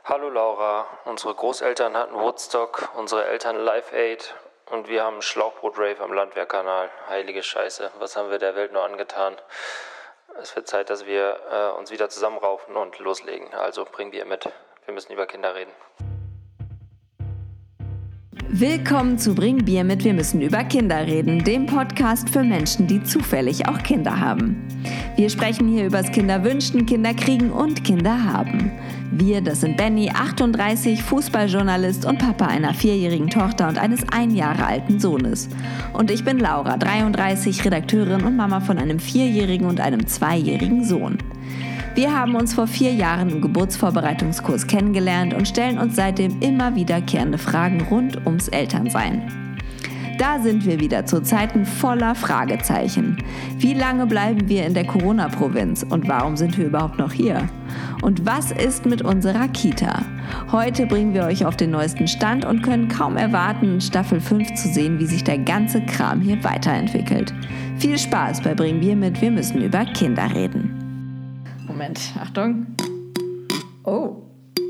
Hallo Laura, unsere Großeltern hatten Woodstock, unsere Eltern Live Aid und wir haben einen Schlauchboot-Rave am Landwehrkanal. Heilige Scheiße, was haben wir der Welt nur angetan? Es wird Zeit, dass wir uns wieder zusammenraufen und loslegen. Also bring Bier mit, wir müssen über Kinder reden. Willkommen zu Bring Bier mit, wir müssen über Kinder reden, dem Podcast für Menschen, die zufällig auch Kinder haben. Wir sprechen hier übers Kinderwünschen, Kinderkriegen und Kinderhaben. Wir, das sind Benny, 38, Fußballjournalist und Papa einer 4-jährigen Tochter und eines 1 Jahre alten Sohnes. Und ich bin Laura, 33, Redakteurin und Mama von einem 4-jährigen und einem 2-jährigen Sohn. Wir haben uns vor 4 Jahren im Geburtsvorbereitungskurs kennengelernt und stellen uns seitdem immer wiederkehrende Fragen rund ums Elternsein. Da sind wir wieder zu Zeiten voller Fragezeichen. Wie lange bleiben wir in der Corona-Provinz und warum sind wir überhaupt noch hier? Und was ist mit unserer Kita? Heute bringen wir euch auf den neuesten Stand und können kaum erwarten, in Staffel 5 zu sehen, wie sich der ganze Kram hier weiterentwickelt. Viel Spaß bei Bring Bier mit, wir müssen über Kinder reden. Moment, Achtung. Oh.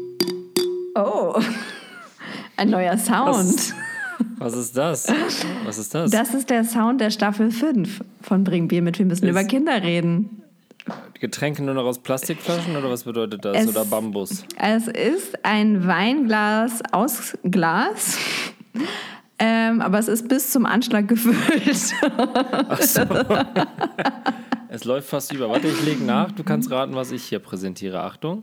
Ein neuer Sound. Was ist das? Was ist das? Das ist der Sound der Staffel 5 von Bring Bier mit, wir müssen über Kinder reden. Getränke nur noch aus Plastikflaschen oder was bedeutet das? Oder Bambus? Es ist ein Weinglas aus Glas. Aber es ist bis zum Anschlag gefüllt. Ach so. Es läuft fast über. Warte, ich lege nach. Du kannst raten, was ich hier präsentiere. Achtung.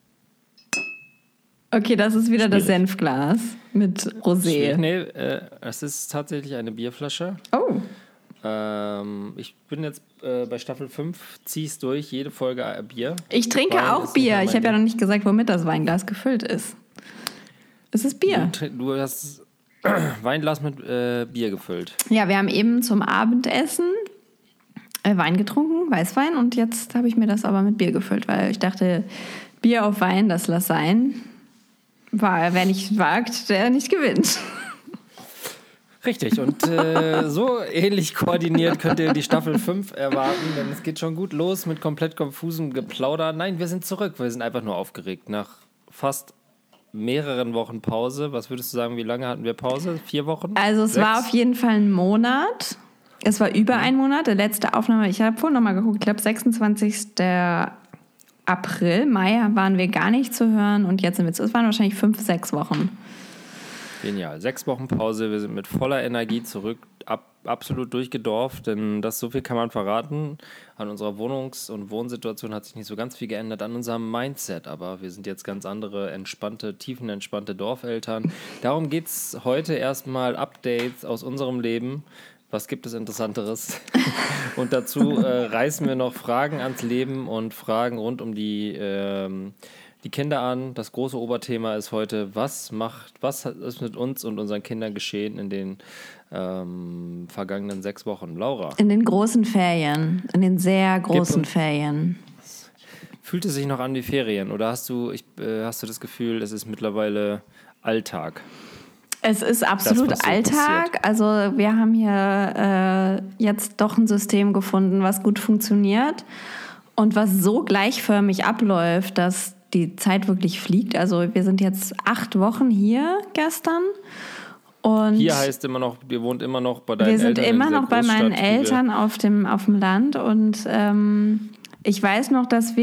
Okay, das ist wieder das Senfglas mit Rosé. Nee, es ist tatsächlich eine Bierflasche. Oh. Ich bin jetzt bei Staffel 5, zieh's durch, jede Folge Bier. Ich trinke Wein auch Bier. Ich habe ja noch nicht gesagt, womit das Weinglas gefüllt ist. Es ist Bier. Du hast Weinglas mit Bier gefüllt. Ja, wir haben eben zum Abendessen Wein getrunken, Weißwein, und jetzt habe ich mir das aber mit Bier gefüllt, weil ich dachte, Bier auf Wein, das lass sein. Wer nicht wagt, der nicht gewinnt. Richtig, und so ähnlich koordiniert könnt ihr die Staffel 5 erwarten, denn es geht schon gut los mit komplett konfusem Geplauder. Nein, wir sind zurück, wir sind einfach nur aufgeregt. Nach fast mehreren Wochen Pause, was würdest du sagen, wie lange hatten wir Pause? 4 Wochen? Also es 6? war auf jeden Fall ein Monat. Es war über einen Monat. Die letzte Aufnahme, ich habe vorhin nochmal geguckt, ich glaube 26. April, Mai waren wir gar nicht zu hören und jetzt sind wir es waren wahrscheinlich 5, 6 Wochen. Genial. 6 Wochen Pause, wir sind mit voller Energie zurück, absolut durchgedorft, denn so viel kann man verraten. An unserer Wohnungs- und Wohnsituation hat sich nicht so ganz viel geändert, an unserem Mindset, aber wir sind jetzt ganz andere, tiefenentspannte Dorfeltern. Darum geht es heute erstmal Updates aus unserem Leben. Was gibt es Interessanteres? Und dazu reißen wir noch Fragen ans Leben und Fragen rund um die Kinder an. Das große Oberthema ist heute, was ist mit uns und unseren Kindern geschehen in den vergangenen 6 Wochen? Laura? In den großen Ferien, in den sehr großen Ferien. Fühlt es sich noch an wie Ferien oder hast du das Gefühl, es ist mittlerweile Alltag? Es ist absolut das, Alltag. Passiert. Also wir haben hier jetzt doch ein System gefunden, was gut funktioniert und was so gleichförmig abläuft, dass die Zeit wirklich fliegt. Also wir sind jetzt 8 Wochen hier gestern. Und hier heißt immer noch, ihr wohnt immer noch bei deinen Eltern. Wir sind immer noch bei meinen Eltern auf dem Land. Und ich weiß noch, dass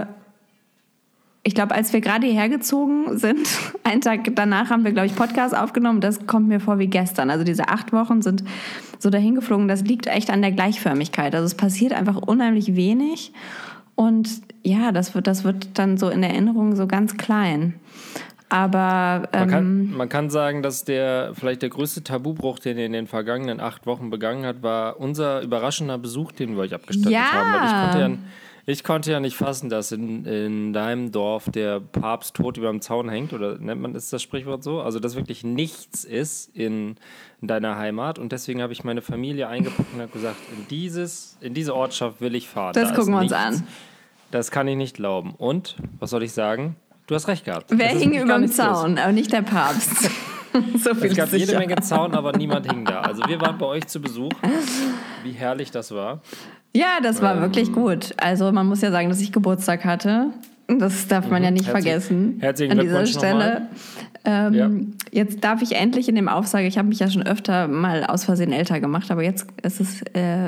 ich glaube, als wir gerade hierher gezogen sind, einen Tag danach haben wir, glaube ich, Podcast aufgenommen. Das kommt mir vor wie gestern. Also diese 8 Wochen sind so dahin geflogen. Das liegt echt an der Gleichförmigkeit. Also es passiert einfach unheimlich wenig. Und ja, das wird dann so in Erinnerung so ganz klein. Aber man kann sagen, dass vielleicht der größte Tabubruch, den ihr in den vergangenen 8 Wochen begangen habt, war unser überraschender Besuch, den wir euch abgestattet haben. Weil ich konnte ja nicht fassen, dass in deinem Dorf der Papst tot über dem Zaun hängt, oder nennt man das Sprichwort so? Also, dass wirklich nichts ist in deiner Heimat. Und deswegen habe ich meine Familie eingepackt und habe gesagt, in diese Ortschaft will ich fahren. Das gucken wir uns an. Das kann ich nicht glauben. Und, was soll ich sagen? Du hast recht gehabt. Wer hing über dem Zaun, aber nicht der Papst. So viel es gab jede Menge Zaun, aber niemand hing da. Also wir waren bei euch zu Besuch. Wie herrlich das war. Ja, das war wirklich gut. Also man muss ja sagen, dass ich Geburtstag hatte. Das darf man ja nicht vergessen. Herzlichen an dieser Glückwunsch Stelle. Jetzt darf ich endlich in dem Aufsage, ich habe mich ja schon öfter mal aus Versehen älter gemacht, aber jetzt ist es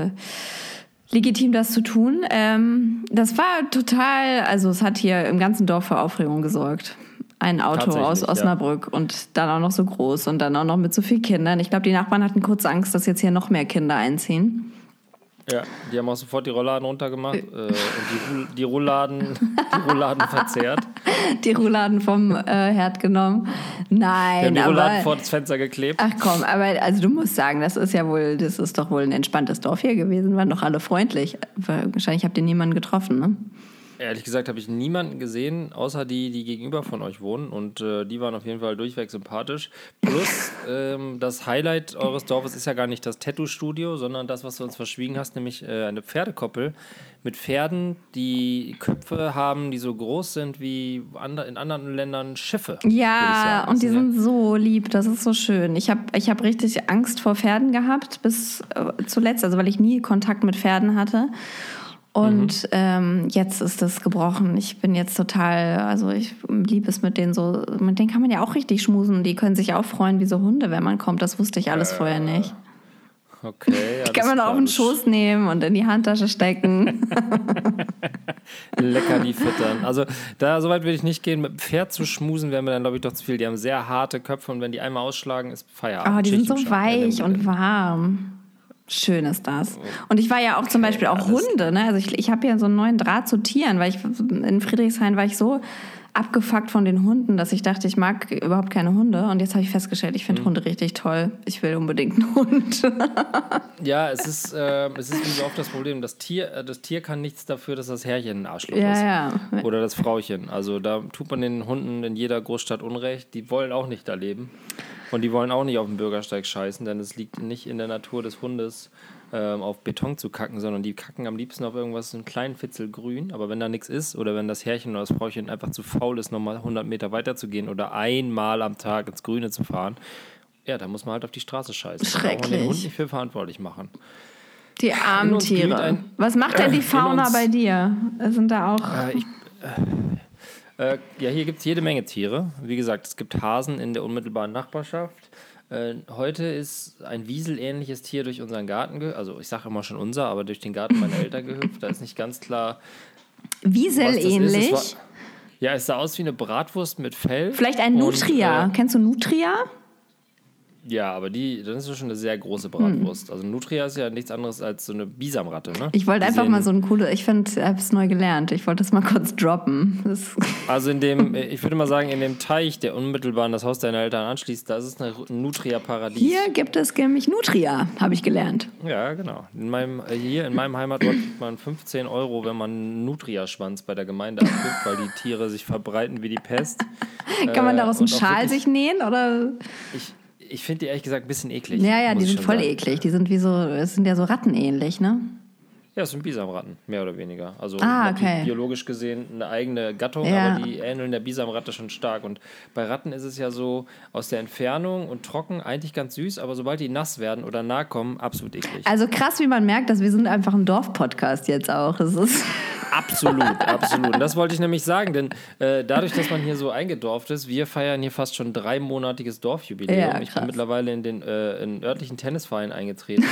legitim, das zu tun. Das war total, also es hat hier im ganzen Dorf für Aufregung gesorgt. Ein Auto aus Osnabrück und dann auch noch so groß und dann auch noch mit so vielen Kindern. Ich glaube, die Nachbarn hatten kurz Angst, dass jetzt hier noch mehr Kinder einziehen. Ja, die haben auch sofort die Rollladen runtergemacht und die Rouladen verzehrt. Die Rouladen vom Herd genommen. Nein, die haben die Rouladen vor das Fenster geklebt. Ach komm, aber also du musst sagen, das ist doch wohl ein entspanntes Dorf hier gewesen, waren doch alle freundlich. Wahrscheinlich habt ihr niemanden getroffen, ne? Ehrlich gesagt habe ich niemanden gesehen, außer die gegenüber von euch wohnen. Und die waren auf jeden Fall durchweg sympathisch. Plus, das Highlight eures Dorfes ist ja gar nicht das Tattoo-Studio, sondern das, was du uns verschwiegen hast, nämlich eine Pferdekoppel mit Pferden, die Köpfe haben, die so groß sind wie in anderen Ländern Schiffe. Ja, und die sind so lieb, das ist so schön. Ich hab richtig Angst vor Pferden gehabt, bis zuletzt, also weil ich nie Kontakt mit Pferden hatte. Und jetzt ist das gebrochen. Ich bin jetzt total, also ich liebe es mit denen kann man ja auch richtig schmusen. Die können sich auch freuen wie so Hunde, wenn man kommt. Das wusste ich alles vorher nicht. Okay. Ja, die kann man auf den Schoß nehmen und in die Handtasche stecken. Lecker die füttern. Also so weit würde ich nicht gehen. Mit dem Pferd zu schmusen wäre mir dann, glaube ich, doch zu viel. Die haben sehr harte Köpfe und wenn die einmal ausschlagen, ist Feierabend. Oh, die sind so weich und warm. Schön ist das. Und ich war ja auch zum Beispiel auch Hunde, ne? Also ich habe ja so einen neuen Draht zu Tieren, weil in Friedrichshain war ich so abgefuckt von den Hunden, dass ich dachte, ich mag überhaupt keine Hunde. Und jetzt habe ich festgestellt, ich finde Hunde richtig toll. Ich will unbedingt einen Hund. Ja, es ist wie so oft das Problem. Das Tier kann nichts dafür, dass das Herrchen ein Arschloch ist. Ja. Oder das Frauchen. Also da tut man den Hunden in jeder Großstadt Unrecht. Die wollen auch nicht da leben. Und die wollen auch nicht auf dem Bürgersteig scheißen, denn es liegt nicht in der Natur des Hundes, auf Beton zu kacken, sondern die kacken am liebsten auf irgendwas, so einen kleinen Fitzel grün. Aber wenn da nichts ist oder wenn das Herrchen oder das Frauchen einfach zu faul ist, nochmal 100 Meter weiter zu gehen oder einmal am Tag ins Grüne zu fahren, ja, da muss man halt auf die Straße scheißen. Schrecklich. Da kann man den Hund nicht für verantwortlich machen. Die armen Tiere. Was macht denn die Fauna bei dir? Sind da auch... Ja, hier gibt es jede Menge Tiere. Wie gesagt, es gibt Hasen in der unmittelbaren Nachbarschaft. Heute ist ein wieselähnliches Tier durch unseren Garten, also ich sage immer schon unser, aber durch den Garten meiner Eltern gehüpft. Da ist nicht ganz klar, Wieselähnlich? Es sah aus wie eine Bratwurst mit Fell. Vielleicht ein Nutria. Kennst du Nutria? Ja, aber das ist schon eine sehr große Bratwurst. Also Nutria ist ja nichts anderes als so eine Bisamratte, ne? Ich wollte einfach mal so ein cooles, ich habe es neu gelernt. Ich wollte das mal kurz droppen. Also ich würde mal sagen, in dem Teich, der unmittelbar an das Haus deiner Eltern anschließt, da ist es ein Nutria-Paradies. Hier gibt es nämlich Nutria, habe ich gelernt. Ja, genau. In meinem Heimatort kriegt man 15 €, wenn man einen Nutria-Schwanz bei der Gemeinde abgibt, weil die Tiere sich verbreiten wie die Pest. Kann man daraus einen Schal sich nähen, oder? Ich finde die ehrlich gesagt ein bisschen eklig. Ja, die sind voll eklig. Die sind sind ja so rattenähnlich, ne? Ja, es sind Bisamratten, mehr oder weniger. Also okay. Biologisch gesehen eine eigene Gattung, aber die ähneln der Bisamratte schon stark. Und bei Ratten ist es ja so, aus der Entfernung und trocken eigentlich ganz süß, aber sobald die nass werden oder nahe kommen, absolut eklig. Also krass, wie man merkt, dass wir sind einfach ein Dorf-Podcast jetzt auch. Das ist... Absolut. Und das wollte ich nämlich sagen, denn dadurch, dass man hier so eingedorft ist, wir feiern hier fast schon 3-monatiges Dorfjubiläum. Ja, ich bin mittlerweile in den örtlichen Tennisverein eingetreten.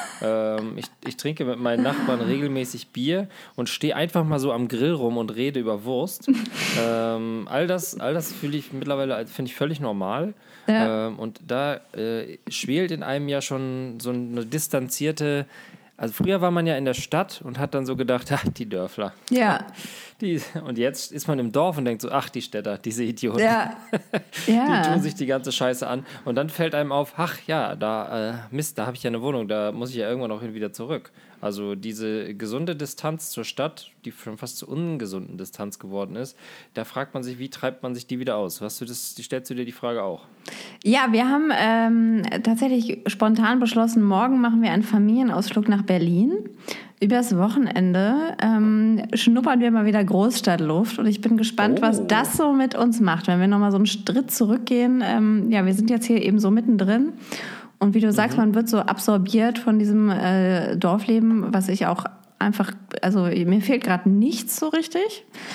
Ich trinke mit meinen Nachbarn regelmäßig Bier und stehe einfach mal so am Grill rum und rede über Wurst. All das finde ich völlig normal. Ja. Und da schwelt in einem ja schon so eine distanzierte... Also früher war man ja in der Stadt und hat dann so gedacht, die Dörfler. Ja. Und jetzt ist man im Dorf und denkt so, die Städter, diese Idioten. Ja. Die tun sich die ganze Scheiße an. Und dann fällt einem auf, Mist, da habe ich ja eine Wohnung, da muss ich ja irgendwann auch wieder zurück. Also diese gesunde Distanz zur Stadt, die schon fast zur ungesunden Distanz geworden ist, da fragt man sich, wie treibt man sich die wieder aus? Stellst du dir die Frage auch? Ja, wir haben tatsächlich spontan beschlossen, morgen machen wir einen Familienausflug nach Berlin. Übers Wochenende schnuppern wir mal wieder Großstadtluft und ich bin gespannt, was das so mit uns macht, wenn wir nochmal so einen Schritt zurückgehen. Wir sind jetzt hier eben so mittendrin und wie du sagst, man wird so absorbiert von diesem Dorfleben, was ich auch einfach, also mir fehlt gerade nichts so richtig.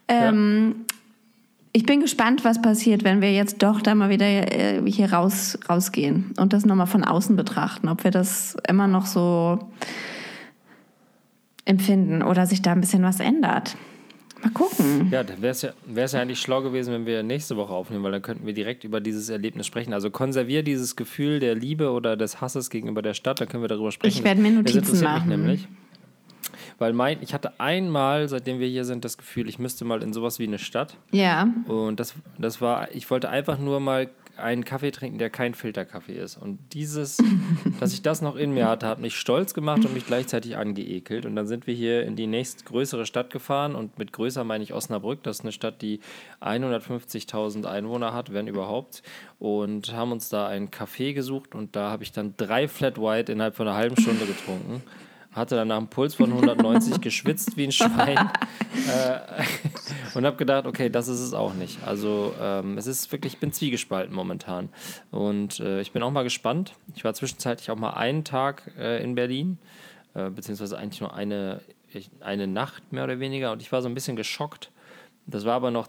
Ich bin gespannt, was passiert, wenn wir jetzt doch da mal wieder hier rausgehen und das nochmal von außen betrachten. Ob wir das immer noch so empfinden oder sich da ein bisschen was ändert. Mal gucken. Ja, dann wäre es ja eigentlich schlau gewesen, wenn wir nächste Woche aufnehmen, weil dann könnten wir direkt über dieses Erlebnis sprechen. Also konservier dieses Gefühl der Liebe oder des Hasses gegenüber der Stadt, dann können wir darüber sprechen. Ich werde mir Notizen machen. Mich nämlich. Weil ich hatte einmal, seitdem wir hier sind, das Gefühl, ich müsste mal in sowas wie eine Stadt. Ja. Und das war, ich wollte einfach nur mal einen Kaffee trinken, der kein Filterkaffee ist. Und dass ich das noch in mir hatte, hat mich stolz gemacht und mich gleichzeitig angeekelt. Und dann sind wir hier in die nächstgrößere Stadt gefahren. Und mit größer meine ich Osnabrück. Das ist eine Stadt, die 150.000 Einwohner hat, wenn überhaupt. Und haben uns da einen Café gesucht. Und da habe ich dann 3 Flat White innerhalb von einer halben Stunde getrunken. Hatte danach einen Puls von 190, geschwitzt wie ein Schwein und habe gedacht, okay, das ist es auch nicht. Also es ist wirklich, ich bin zwiegespalten momentan und ich bin auch mal gespannt. Ich war zwischenzeitlich auch mal einen Tag in Berlin, beziehungsweise eigentlich nur eine Nacht mehr oder weniger und ich war so ein bisschen geschockt. Das war aber noch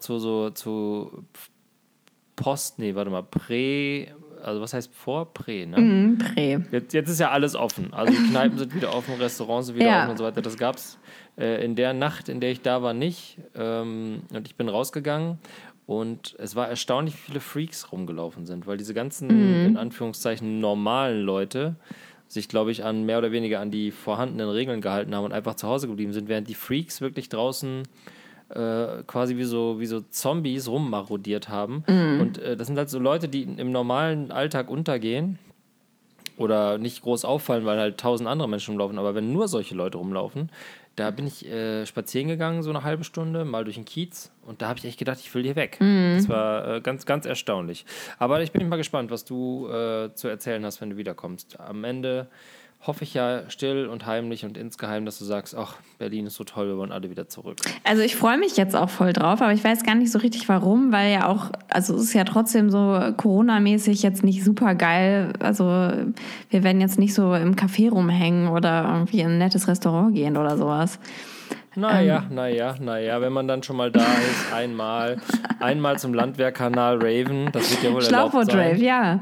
also was heißt vor? Prä, ne? Prä. Jetzt ist ja alles offen. Also die Kneipen sind wieder offen, Restaurants sind wieder offen und so weiter. Das gab es in der Nacht, in der ich da war, nicht. Und ich bin rausgegangen und es war erstaunlich, wie viele Freaks rumgelaufen sind, weil diese ganzen, in Anführungszeichen, normalen Leute sich, glaube ich, mehr oder weniger an die vorhandenen Regeln gehalten haben und einfach zu Hause geblieben sind, während die Freaks wirklich draußen quasi wie so Zombies rummarodiert haben. Und das sind halt so Leute, die im normalen Alltag untergehen oder nicht groß auffallen, weil halt 1000 andere Menschen rumlaufen. Aber wenn nur solche Leute rumlaufen, da bin ich spazieren gegangen, so eine halbe Stunde, mal durch den Kiez. Und da habe ich echt gedacht, ich will hier weg. Das war ganz, ganz erstaunlich. Aber ich bin mal gespannt, was du zu erzählen hast, wenn du wiederkommst. Am Ende hoffe ich ja still und heimlich und insgeheim, dass du sagst, ach, Berlin ist so toll, wir wollen alle wieder zurück. Also ich freue mich jetzt auch voll drauf, aber ich weiß gar nicht so richtig warum, weil ja auch, also es ist ja trotzdem so Corona-mäßig jetzt nicht super geil. Also wir werden jetzt nicht so im Café rumhängen oder irgendwie in ein nettes Restaurant gehen oder sowas. Naja, wenn man dann schon mal da ist, einmal zum Landwehrkanal raven, das wird ja wohl erlaubt sein. Schlauchboot-Rave, ja.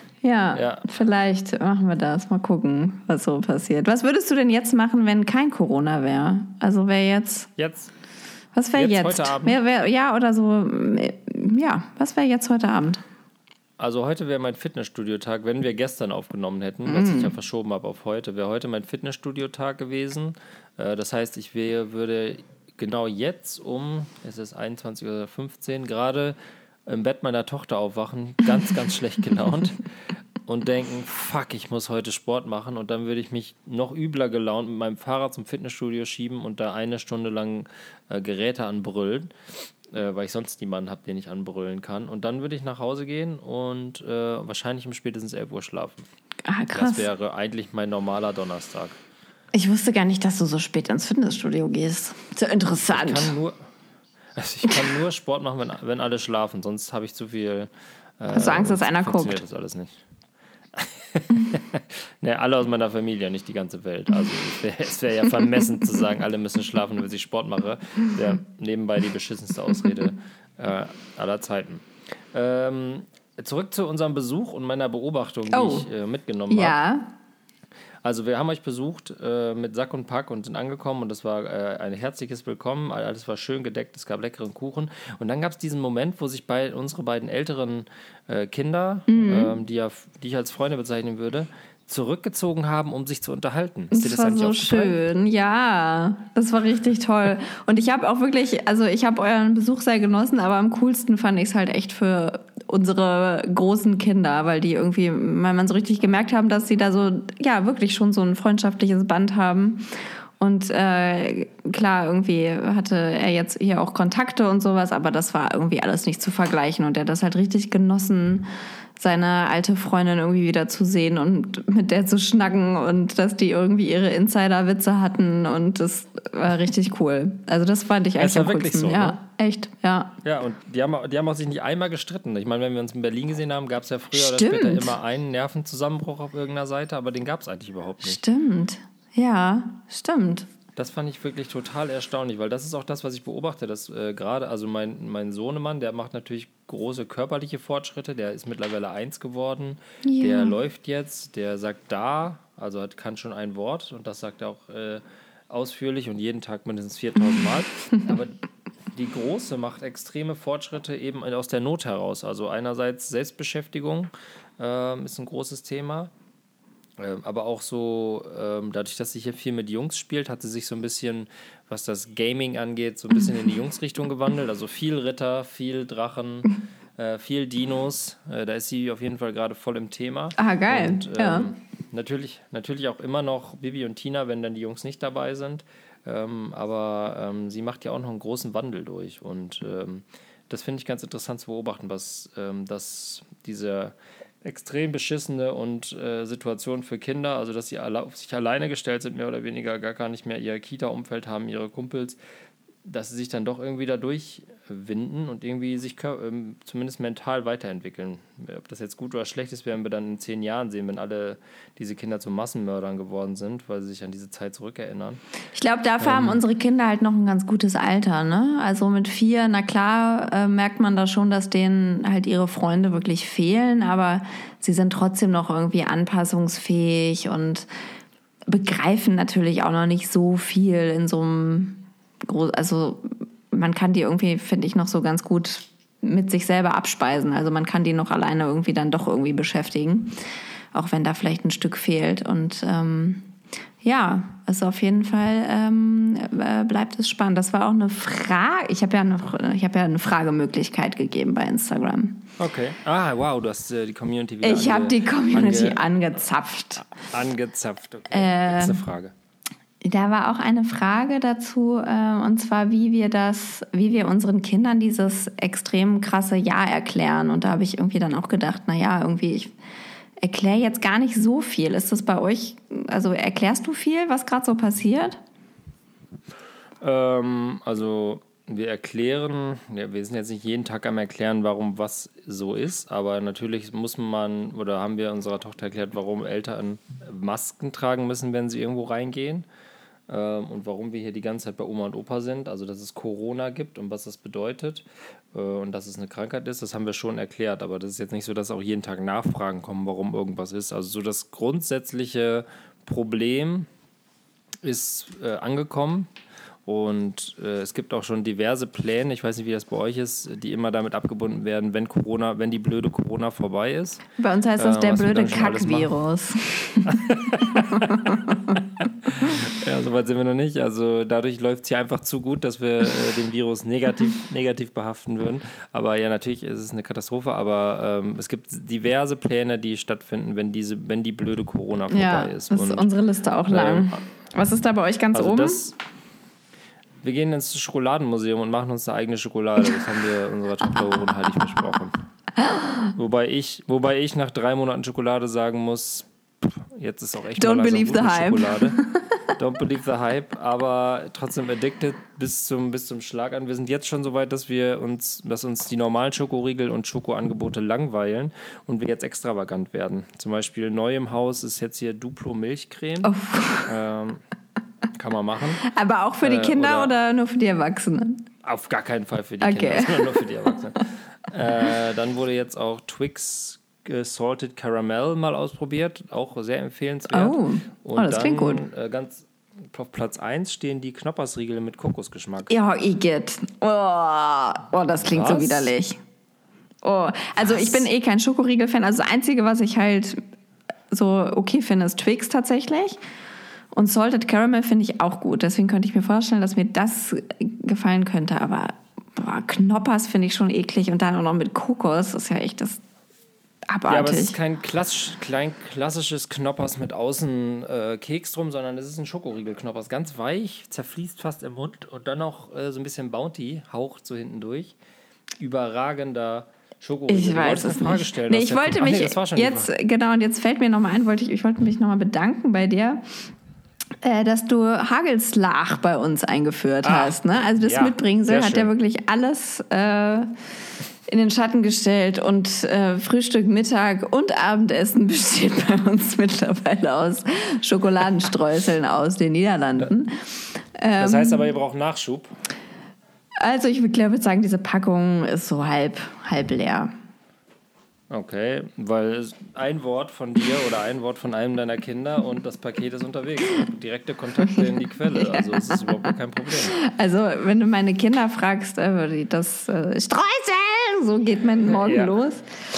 Ja, vielleicht machen wir das. Mal gucken, was so passiert. Was würdest du denn jetzt machen, wenn kein Corona wäre? Also wäre jetzt... Was wäre jetzt? Heute Abend? Oder so... Ja, was wäre jetzt heute Abend? Also heute wäre mein Fitnessstudio-Tag, wenn wir gestern aufgenommen hätten, was ich ja verschoben habe auf heute, wäre heute mein Fitnessstudio-Tag gewesen. Das heißt, ich würde genau jetzt es ist 21:15 Uhr, gerade im Bett meiner Tochter aufwachen, ganz, ganz schlecht gelaunt und denken, fuck, ich muss heute Sport machen und dann würde ich mich noch übler gelaunt mit meinem Fahrrad zum Fitnessstudio schieben und da 1 Stunde lang Geräte anbrüllen, weil ich sonst niemanden habe, den ich anbrüllen kann. Und dann würde ich nach Hause gehen und wahrscheinlich um spätestens 11 Uhr schlafen. Ah, krass. Das wäre eigentlich mein normaler Donnerstag. Ich wusste gar nicht, dass du so spät ins Fitnessstudio gehst. So interessant. Ich kann nur Sport machen, wenn alle schlafen, sonst habe ich zu viel... Hast du Angst, dass einer guckt? Funktioniert das alles nicht. Ne, alle aus meiner Familie, nicht die ganze Welt. Also es wäre ja vermessen zu sagen, alle müssen schlafen, damit ich Sport mache. Wäre nebenbei die beschissenste Ausrede aller Zeiten. Zurück zu unserem Besuch und meiner Beobachtung, die ich mitgenommen habe. Ja. Also wir haben euch besucht mit Sack und Pack und sind angekommen und das war ein herzliches Willkommen, alles war schön gedeckt, es gab leckeren Kuchen und dann gab es diesen Moment, wo sich unsere beiden älteren Kinder, die ich als Freunde bezeichnen würde, zurückgezogen haben, um sich zu unterhalten. Ist dir das war so schön, ja, das war richtig toll und ich habe auch wirklich, also ich habe euren Besuch sehr genossen, aber am coolsten fand ich es halt echt für unsere großen Kinder, weil man so richtig gemerkt haben, dass sie da so, ja, wirklich schon so ein freundschaftliches Band haben. Und klar, irgendwie hatte er jetzt hier auch Kontakte und sowas, aber das war irgendwie alles nicht zu vergleichen. Und er hat das halt richtig genossen, seine alte Freundin irgendwie wieder zu sehen und mit der zu schnacken und dass die irgendwie ihre Insider-Witze hatten und das war richtig cool. Also das fand ich eigentlich am coolsten. So, ja, ne? Echt, ja. Ja, und die haben auch sich nicht einmal gestritten. Ich meine, wenn wir uns in Berlin gesehen haben, gab es ja früher oder später immer einen Nervenzusammenbruch auf irgendeiner Seite, aber den gab es eigentlich überhaupt nicht. Stimmt, ja, stimmt. Das fand ich wirklich total erstaunlich, weil das ist auch das, was ich beobachte, dass gerade, also mein Sohnemann, der macht natürlich große körperliche Fortschritte, der ist mittlerweile 1 geworden, der läuft jetzt, der sagt da, also kann schon ein Wort und das sagt er auch ausführlich und jeden Tag mindestens 4000 Mal, aber die Große macht extreme Fortschritte eben aus der Not heraus, also einerseits Selbstbeschäftigung ist ein großes Thema. Aber auch so, dadurch, dass sie hier viel mit Jungs spielt, hat sie sich so ein bisschen, was das Gaming angeht, so ein bisschen in die Jungs-Richtung gewandelt. Also viel Ritter, viel Drachen, viel Dinos. Da ist sie auf jeden Fall gerade voll im Thema. Ah, geil. Und, natürlich auch immer noch Bibi und Tina, wenn dann die Jungs nicht dabei sind. Aber sie macht ja auch noch einen großen Wandel durch. Und das finde ich ganz interessant zu beobachten, was diese extrem beschissene und Situation für Kinder, also dass sie auf sich alleine gestellt sind, mehr oder weniger gar nicht mehr ihr Kita-Umfeld haben, ihre Kumpels, dass sie sich dann doch irgendwie da durchwinden und irgendwie sich zumindest mental weiterentwickeln. Ob das jetzt gut oder schlecht ist, werden wir dann in 10 Jahren sehen, wenn alle diese Kinder zu Massenmördern geworden sind, weil sie sich an diese Zeit zurückerinnern. Ich glaube, dafür haben unsere Kinder halt noch ein ganz gutes Alter, ne? Also mit 4, na klar, merkt man da schon, dass denen halt ihre Freunde wirklich fehlen, aber sie sind trotzdem noch irgendwie anpassungsfähig und begreifen natürlich auch noch nicht so viel in so einem also man kann die irgendwie, finde ich, noch so ganz gut mit sich selber abspeisen. Also man kann die noch alleine irgendwie dann doch irgendwie beschäftigen, auch wenn da vielleicht ein Stück fehlt. Und also auf jeden Fall bleibt es spannend. Das war auch eine Frage. Ich habe ja eine Fragemöglichkeit gegeben bei Instagram. Okay. Ah, wow, du hast die Community wieder Ich habe die Community angezapft. Angezapft, okay. Letzte Frage. Da war auch eine Frage dazu, und zwar, wie wir unseren Kindern dieses extrem krasse Jahr erklären. Und da habe ich irgendwie dann auch gedacht, ich erkläre jetzt gar nicht so viel. Ist das bei euch, also erklärst du viel, was gerade so passiert? Also wir erklären, wir sind jetzt nicht jeden Tag am Erklären, warum was so ist, aber natürlich haben wir unserer Tochter erklärt, warum Eltern Masken tragen müssen, wenn sie irgendwo reingehen. Und warum wir hier die ganze Zeit bei Oma und Opa sind, also dass es Corona gibt und was das bedeutet und dass es eine Krankheit ist, das haben wir schon erklärt, aber das ist jetzt nicht so, dass auch jeden Tag Nachfragen kommen, warum irgendwas ist. Also so das grundsätzliche Problem ist angekommen und es gibt auch schon diverse Pläne, ich weiß nicht, wie das bei euch ist, die immer damit abgebunden werden, wenn die blöde Corona vorbei ist. Bei uns heißt das der blöde Kackvirus. Ja, soweit sind wir noch nicht. Also dadurch läuft es hier einfach zu gut, dass wir den Virus negativ behaften würden. Aber ja, natürlich ist es eine Katastrophe, aber es gibt diverse Pläne, die stattfinden, wenn die blöde Corona vorbei ist. Das ist unsere Liste auch lang. Was ist da bei euch ganz oben? Wir gehen ins Schokoladenmuseum und machen uns eine eigene Schokolade. Das haben wir unserer Tochter hochheilig versprochen. Wobei ich nach 3 Monaten Schokolade sagen muss, jetzt ist auch echt Don't believe the hype. Schokolade. Don't believe the hype, aber trotzdem addicted bis zum Schlag an. Wir sind jetzt schon so weit, dass uns die normalen Schokoriegel und Schokoangebote langweilen und wir jetzt extravagant werden. Zum Beispiel neu im Haus ist jetzt hier Duplo Milchcreme. Oh. Kann man machen. Aber auch für die Kinder oder nur für die Erwachsenen? Auf gar keinen Fall für die Kinder, sondern nur für die Erwachsenen. Dann wurde jetzt auch Twix Salted Caramel mal ausprobiert, auch sehr empfehlenswert. Oh, das klingt gut. Ganz auf Platz 1 stehen die Knoppersriegel mit Kokosgeschmack. Ja, Igitt. Oh, das klingt so widerlich. Oh, also ich bin kein Schokoriegel-Fan. Also das Einzige, was ich halt so okay finde, ist Twix tatsächlich. Und Salted Caramel finde ich auch gut. Deswegen könnte ich mir vorstellen, dass mir das gefallen könnte. Aber Knoppers finde ich schon eklig. Und dann auch noch mit Kokos. Das ist ja echt das abartig. Ja, aber es ist kein klassisches Knoppers mit außen Keks drum, sondern es ist ein Schokoriegel-Knoppers. Ganz weich, zerfließt fast im Mund. Und dann noch so ein bisschen Bounty, haucht so hinten durch. Überragender Schokoriegel. Ich weiß es nicht. Nee, ich wollte mich jetzt fällt mir nochmal ein, ich wollte mich nochmal bedanken bei dir, dass du Hagelslach bei uns eingeführt hast. Ne? Also das Mitbringsel hat ja wirklich alles in den Schatten gestellt und Frühstück, Mittag und Abendessen besteht bei uns mittlerweile aus Schokoladenstreuseln aus den Niederlanden. Das heißt aber, ihr braucht Nachschub. Also ich würde sagen, diese Packung ist so halb leer. Okay, weil ein Wort von dir oder ein Wort von einem deiner Kinder und das Paket ist unterwegs. Direkte Kontakte in die Quelle, ja. Also es ist überhaupt kein Problem. Also wenn du meine Kinder fragst, das Streusel, so geht mein Morgen los.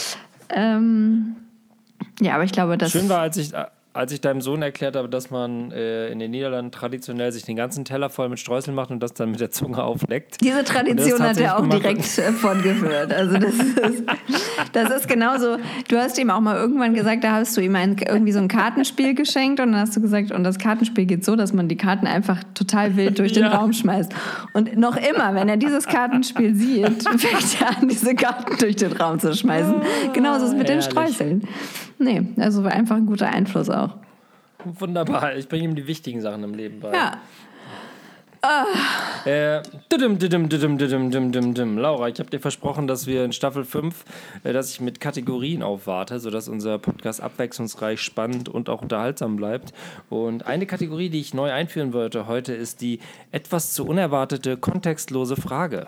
Ja, aber ich glaube, das... Schön war, als ich deinem Sohn erklärt habe, dass man in den Niederlanden traditionell sich den ganzen Teller voll mit Streusel macht und das dann mit der Zunge aufleckt. Diese Tradition hat er auch direkt fortgeführt. Also das ist genauso. Du hast ihm auch mal irgendwann gesagt, da hast du ihm irgendwie so ein Kartenspiel geschenkt und dann hast du gesagt, und das Kartenspiel geht so, dass man die Karten einfach total wild durch den Raum schmeißt. Und noch immer, wenn er dieses Kartenspiel sieht, fängt er an, diese Karten durch den Raum zu schmeißen. Genauso ist es mit den Streuseln. Nee, also war einfach ein guter Einfluss auch. Wunderbar, ich bringe ihm die wichtigen Sachen im Leben bei. Ja. Laura, ich habe dir versprochen, dass wir in Staffel 5, dass ich mit Kategorien aufwarte, sodass unser Podcast abwechslungsreich, spannend und auch unterhaltsam bleibt. Und eine Kategorie, die ich neu einführen wollte heute, ist die etwas zu unerwartete, kontextlose Frage.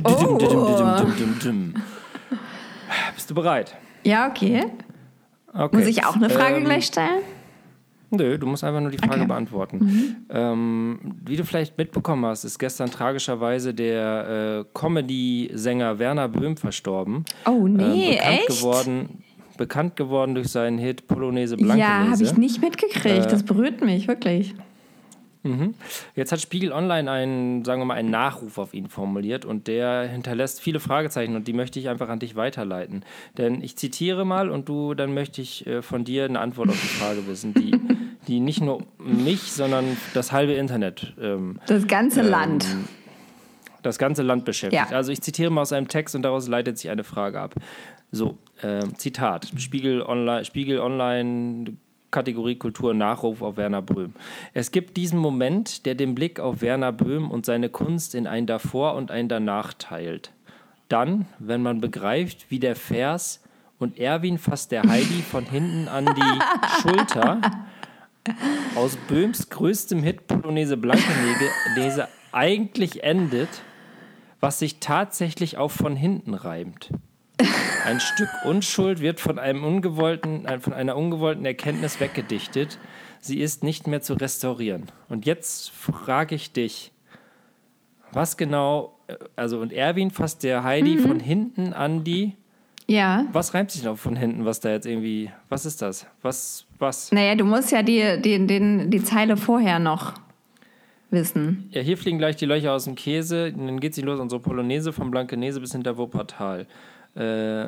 Bist du bereit? Ja, okay. Muss ich auch eine Frage gleich stellen? Nö, du musst einfach nur die Frage beantworten. Wie du vielleicht mitbekommen hast, ist gestern tragischerweise der Comedy-Sänger Werner Böhm verstorben. Oh nee, echt? Bekannt geworden durch seinen Hit Polonaise Blankenese. Ja, habe ich nicht mitgekriegt. Das berührt mich, wirklich. Jetzt hat Spiegel Online einen Nachruf auf ihn formuliert und der hinterlässt viele Fragezeichen und die möchte ich einfach an dich weiterleiten. Denn ich zitiere mal und dann möchte ich von dir eine Antwort auf die Frage wissen, die nicht nur mich, sondern das halbe Internet. Das ganze Land. Das ganze Land beschäftigt. Ja. Also ich zitiere mal aus einem Text und daraus leitet sich eine Frage ab. So, Zitat, Spiegel Online Kategorie Kultur Nachruf auf Werner Böhm. Es gibt diesen Moment, der den Blick auf Werner Böhm und seine Kunst in ein Davor und ein Danach teilt. Dann, wenn man begreift, wie der Vers und Erwin fasst der Heidi von hinten an die Schulter aus Böhms größtem Hit Polonaise Blankenese eigentlich endet, was sich tatsächlich auf von hinten reimt. Ein Stück Unschuld wird von einer ungewollten Erkenntnis weggedichtet. Sie ist nicht mehr zu restaurieren. Und jetzt frage ich dich, was genau, und Erwin fasst der Heidi von hinten an die... Ja. Was reimt sich noch von hinten, was da jetzt irgendwie... Was ist das? Was? Naja, du musst ja die Zeile vorher noch wissen. Ja, hier fliegen gleich die Löcher aus dem Käse. Und dann geht sie los, unsere Polonaise von Blankenese bis hinter Wuppertal. Ja,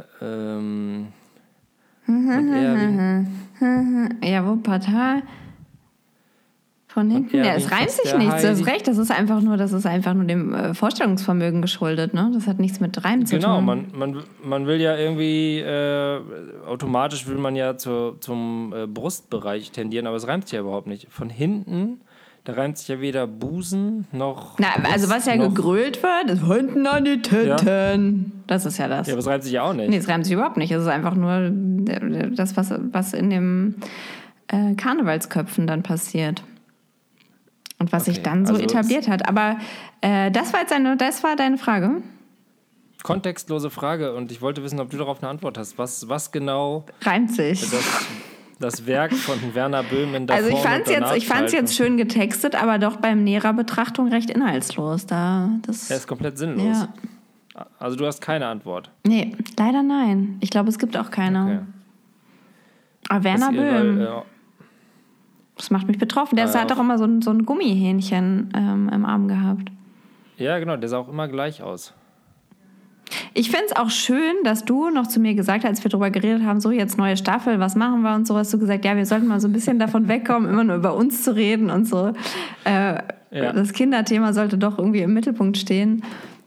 Wuppertal. Von hinten. Ja, es reimt sich nichts. Du hast recht. Das ist einfach nur dem Vorstellungsvermögen geschuldet. Ne? Das hat nichts mit Reim zu tun. Genau, man will ja irgendwie automatisch will man ja zum Brustbereich tendieren, aber es reimt sich ja überhaupt nicht. Von hinten. Da reimt sich ja weder Busen noch... also was ja gegrölt wird, ist hinten an die Titten. Ja. Das ist ja das. Ja, aber es reimt sich ja auch nicht. Nee, es reimt sich überhaupt nicht. Es ist einfach nur das, was in den Karnevalsköpfen dann passiert. Und was sich dann so etabliert hat. Aber das war deine Frage? Kontextlose Frage. Und ich wollte wissen, ob du darauf eine Antwort hast. Was genau... Reimt sich. Das Werk von Werner Böhm in der Also ich fand's jetzt schön getextet, aber doch beim näherer Betrachtung recht inhaltslos. Er ist komplett sinnlos. Ja. Also du hast keine Antwort? Nee, leider nein. Ich glaube, es gibt auch keine. Okay. Aber Werner Böhm, das macht mich betroffen. Der hat doch immer so ein Gummihähnchen im Arm gehabt. Ja, genau, der sah auch immer gleich aus. Ich finde es auch schön, dass du noch zu mir gesagt hast, als wir darüber geredet haben, so jetzt neue Staffel, was machen wir und so, hast du gesagt, ja, wir sollten mal so ein bisschen davon wegkommen, immer nur über uns zu reden und so. Das Kinderthema sollte doch irgendwie im Mittelpunkt stehen.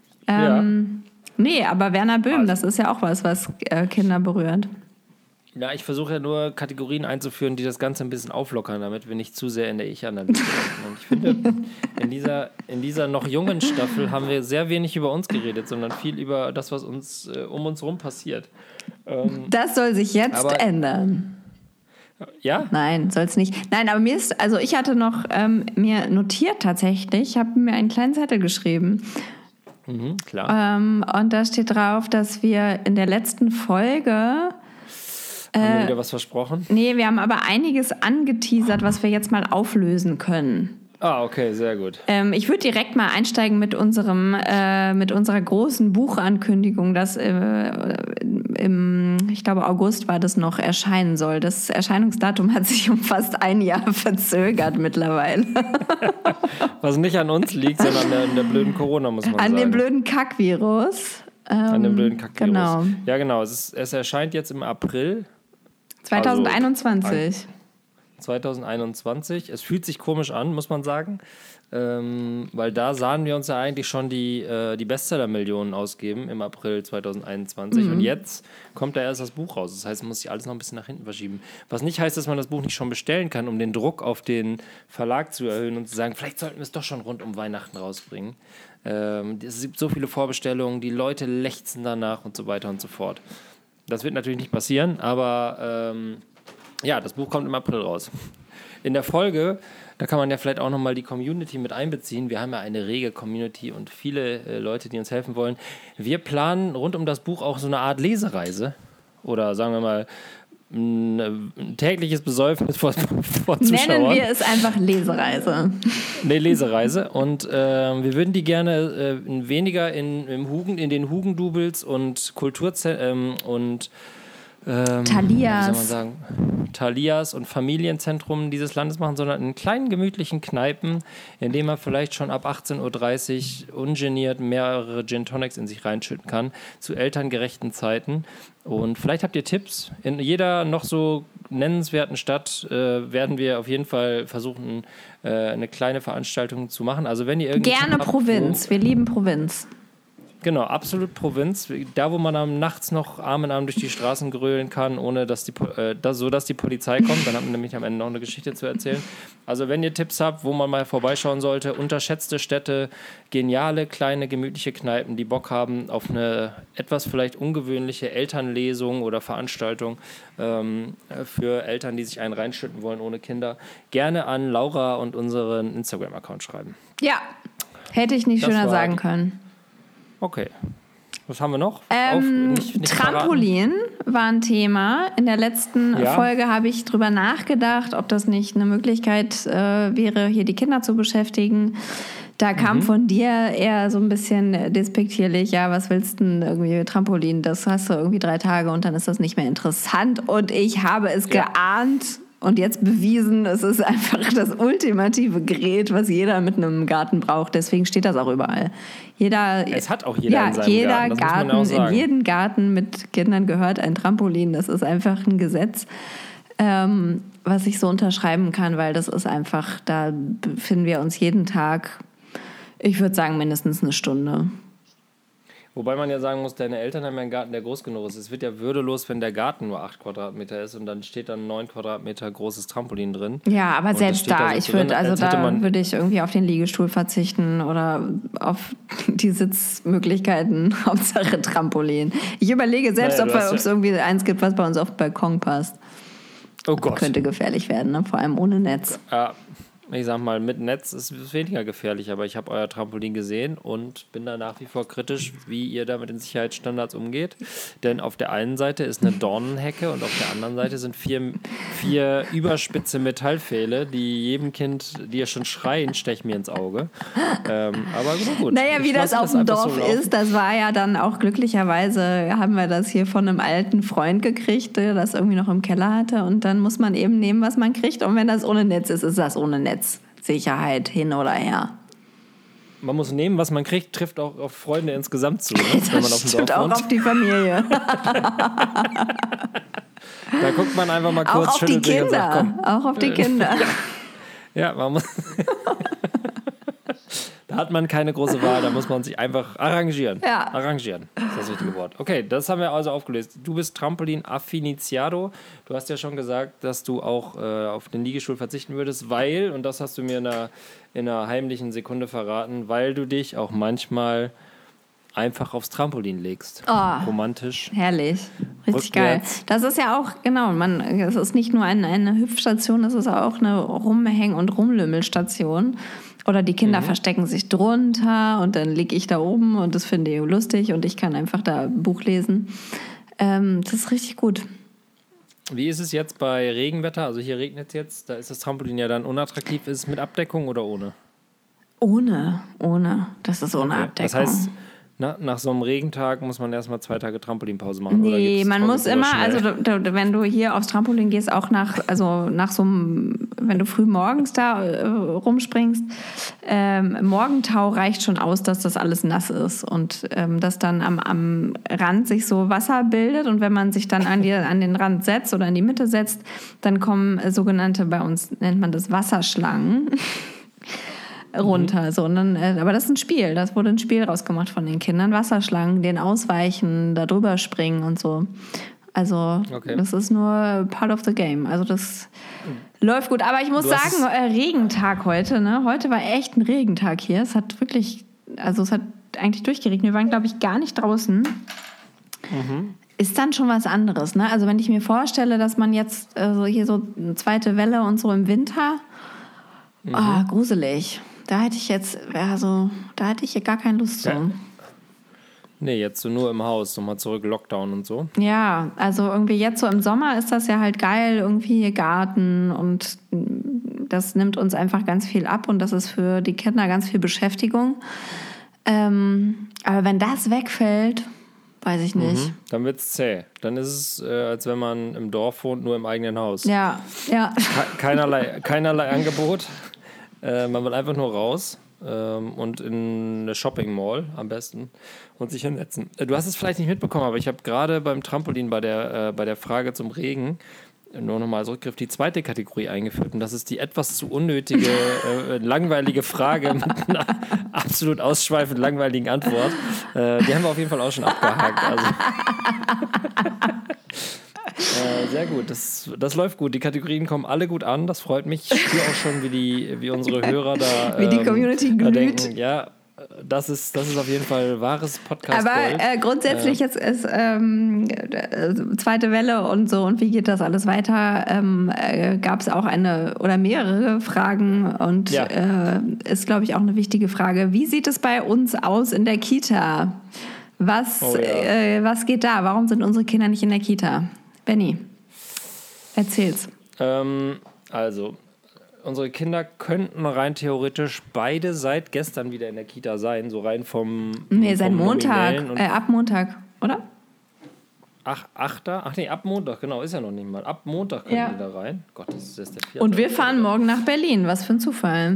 Nee, aber Werner Böhm, das ist ja auch was Kinder berührt. Ja, ich versuche ja nur Kategorien einzuführen, die das Ganze ein bisschen auflockern, damit wir nicht zu sehr in der Ich-Analyse sind. Und ich finde, in dieser noch jungen Staffel haben wir sehr wenig über uns geredet, sondern viel über das, was uns um uns herum passiert. Das soll sich jetzt ändern. Ja? Nein, soll es nicht. Nein, aber ich hatte noch mir notiert tatsächlich, ich habe mir einen kleinen Zettel geschrieben. Klar. Und da steht drauf, dass wir in der letzten Folge... Haben wir wieder was versprochen? Nee, wir haben aber einiges angeteasert, was wir jetzt mal auflösen können. Ah, okay, sehr gut. Ich würde direkt mal einsteigen mit unserer großen Buchankündigung, das ich glaube August war das noch, erscheinen soll. Das Erscheinungsdatum hat sich um fast ein Jahr verzögert mittlerweile. Was nicht an uns liegt, sondern an der blöden Corona, muss man sagen. An dem blöden Kackvirus. An dem blöden Kackvirus. Genau. Ja, genau. Es erscheint jetzt im April. 2021. 2021. Es fühlt sich komisch an, muss man sagen, weil da sahen wir uns ja eigentlich schon die Bestseller-Millionen ausgeben im April 2021 und jetzt kommt da erst das Buch raus. Das heißt, man muss sich alles noch ein bisschen nach hinten verschieben. Was nicht heißt, dass man das Buch nicht schon bestellen kann, um den Druck auf den Verlag zu erhöhen und zu sagen, vielleicht sollten wir es doch schon rund um Weihnachten rausbringen. Es gibt so viele Vorbestellungen, die Leute lechzen danach und so weiter und so fort. Das wird natürlich nicht passieren, aber ja, das Buch kommt im April raus. In der Folge, da kann man ja vielleicht auch nochmal die Community mit einbeziehen. Wir haben ja eine rege Community und viele Leute, die uns helfen wollen. Wir planen rund um das Buch auch so eine Art Lesereise oder sagen wir mal ein tägliches Besäufnis vor Zuschauern. Nennen wir es einfach Lesereise. Eine Lesereise und wir würden die gerne weniger in den Hugendubels und und Thalias. wie soll man sagen, Thalias und Familienzentrum dieses Landes machen, sondern in kleinen, gemütlichen Kneipen, in denen man vielleicht schon ab 18.30 Uhr ungeniert mehrere Gin Tonics in sich reinschütten kann, zu elterngerechten Zeiten. Und vielleicht habt ihr Tipps. In jeder noch so nennenswerten Stadt werden wir auf jeden Fall versuchen, eine kleine Veranstaltung zu machen. Also wenn ihr irgendwie gerne Provinz, wir lieben Provinz. Genau, absolut Provinz. Da, wo man nachts noch Arm in Arm durch die Straßen grölen kann, ohne dass die Polizei kommt. Dann haben wir nämlich am Ende noch eine Geschichte zu erzählen. Also wenn ihr Tipps habt, wo man mal vorbeischauen sollte, unterschätzte Städte, geniale, kleine, gemütliche Kneipen, die Bock haben auf eine etwas vielleicht ungewöhnliche Elternlesung oder Veranstaltung für Eltern, die sich einen reinschütten wollen ohne Kinder, gerne an Laura und unseren Instagram-Account schreiben. Ja, hätte ich nicht schöner sagen können. Okay. Was haben wir noch? Nicht Trampolin war ein Thema. In der letzten Folge habe ich drüber nachgedacht, ob das nicht eine Möglichkeit wäre, hier die Kinder zu beschäftigen. Da kam von dir eher so ein bisschen despektierlich, ja, was willst du denn irgendwie Trampolin? Das hast du irgendwie 3 Tage und dann ist das nicht mehr interessant. Und ich habe es geahnt und jetzt bewiesen, es ist einfach das ultimative Gerät, was jeder mit einem Garten braucht. Deswegen steht das auch überall. Es hat auch jeder in seinem Garten. In jedem Garten mit Kindern gehört ein Trampolin. Das ist einfach ein Gesetz, was ich so unterschreiben kann, weil das ist einfach, da befinden wir uns jeden Tag, ich würde sagen, mindestens eine Stunde. Wobei man ja sagen muss, deine Eltern haben ja einen Garten, der groß genug ist. Es wird ja würdelos, wenn der Garten nur 8 Quadratmeter ist und dann steht dann 9 Quadratmeter großes Trampolin drin. Ja, aber selbst da, würde ich irgendwie auf den Liegestuhl verzichten oder auf die Sitzmöglichkeiten, Hauptsache Trampolin. Ich überlege selbst, ob es irgendwie eins gibt, was bei uns auf den Balkon passt. Oh Gott. Könnte gefährlich werden, ne? Vor allem ohne Netz. Ja. Ich sag mal, mit Netz ist es weniger gefährlich, aber ich habe euer Trampolin gesehen und bin da nach wie vor kritisch, wie ihr da mit den Sicherheitsstandards umgeht. Denn auf der einen Seite ist eine Dornenhecke und auf der anderen Seite sind 4 überspitze Metallpfähle, die jedem Kind, die ja schon schreien, stechen mir ins Auge. Aber gut. Naja, wie das auf dem Dorf ist, das war ja dann auch glücklicherweise, haben wir das hier von einem alten Freund gekriegt, der das irgendwie noch im Keller hatte und dann muss man eben nehmen, was man kriegt und wenn das ohne Netz ist, ist das ohne Netz. Sicherheit hin oder her. Man muss nehmen, was man kriegt, trifft auch auf Freunde insgesamt zu. Ne? Das wenn man auf dem stimmt Dorf auch auf die Familie. Da guckt man einfach mal kurz, auch auf die Kinder. Sagt, komm. Auch auf die Kinder. Ja, man muss... Da hat man keine große Wahl, da muss man sich einfach arrangieren. Ja. Arrangieren, ist das richtige Wort. Okay, das haben wir also aufgelöst. Du bist Trampolin-Affiniciado. Du hast ja schon gesagt, dass du auch auf den Liegestuhl verzichten würdest, weil, und das hast du mir in einer heimlichen Sekunde verraten, weil du dich auch manchmal einfach aufs Trampolin legst. Oh, romantisch. Herrlich. Richtig Rückwärts. geil. Das ist ja auch, genau, es ist nicht nur eine Hüpfstation, es ist auch eine Rumhäng- und Rumlümmelstation. Oder die Kinder verstecken sich drunter und dann liege ich da oben und das finde ich lustig und ich kann einfach da ein Buch lesen. Das ist richtig gut. Wie ist es jetzt bei Regenwetter? Also hier regnet es jetzt, da ist das Trampolin ja dann unattraktiv. Ist es mit Abdeckung oder ohne? Ohne. Das ist ohne Abdeckung. Das heißt, nach so einem Regentag muss man erstmal 2 Tage Trampolinpause machen? Nee, oder man muss sogar immer, schnell? also wenn du hier aufs Trampolin gehst, auch nach so einem, wenn du früh morgens da rumspringst, Morgentau reicht schon aus, dass das alles nass ist und dass dann am Rand sich so Wasser bildet und wenn man sich dann an den Rand setzt oder in die Mitte setzt, dann kommen sogenannte, bei uns nennt man das Wasserschlangen, runter. So, und dann, aber das ist ein Spiel. Das wurde ein Spiel rausgemacht von den Kindern. Wasserschlangen, den ausweichen, da drüber springen und so. Also Das ist nur part of the game. Also das läuft gut. Aber ich muss sagen, Regentag heute. Ne? Heute war echt ein Regentag hier. Es hat wirklich, also es hat eigentlich durchgeregnet. Wir waren, glaube ich, gar nicht draußen. Ist dann schon was anderes. Ne? Also wenn ich mir vorstelle, dass man jetzt hier so eine zweite Welle und so im Winter, gruselig. Da hätte ich jetzt, da hätte ich gar keine Lust zu. Ja. Nee, jetzt so nur im Haus, nochmal zurück, Lockdown und so. Ja, also irgendwie jetzt so im Sommer ist das ja halt geil, irgendwie Garten und das nimmt uns einfach ganz viel ab und das ist für die Kinder ganz viel Beschäftigung. Aber wenn das wegfällt, weiß ich nicht. Dann wird's zäh. Dann ist es, als wenn man im Dorf wohnt, nur im eigenen Haus. Ja. Keinerlei Angebot. Man will einfach nur raus und in eine Shopping Mall am besten und sich hinsetzen. Du hast es vielleicht nicht mitbekommen, aber ich habe gerade beim Trampolin bei der Frage zum Regen nur nochmal als Rückgriff die zweite Kategorie eingeführt und das ist die etwas zu unnötige, langweilige Frage mit einer absolut ausschweifend langweiligen Antwort. Die haben wir auf jeden Fall auch schon abgehakt. Also. Sehr gut, das läuft gut. Die Kategorien kommen alle gut an, das freut mich. Ich spüre auch schon, wie unsere Hörer da wie die Community glüht. denken, ja, das ist auf jeden Fall wahres Podcast. Aber grundsätzlich jetzt ist zweite Welle und so und wie geht das alles weiter, gab es auch eine oder mehrere Fragen und ist, glaube ich, auch eine wichtige Frage. Wie sieht es bei uns aus in der Kita? Was geht da? Warum sind unsere Kinder nicht in der Kita? Benni, erzähl's. Also, unsere Kinder könnten rein theoretisch beide seit gestern wieder in der Kita sein, so rein vom seit Montag, ab Montag, oder? Ach, 8. Ach nee, ab Montag, genau, ist ja noch nicht mal. Ab Montag können die da rein. Gott, das ist jetzt der 4. Und wir fahren morgen nach Berlin, was für ein Zufall.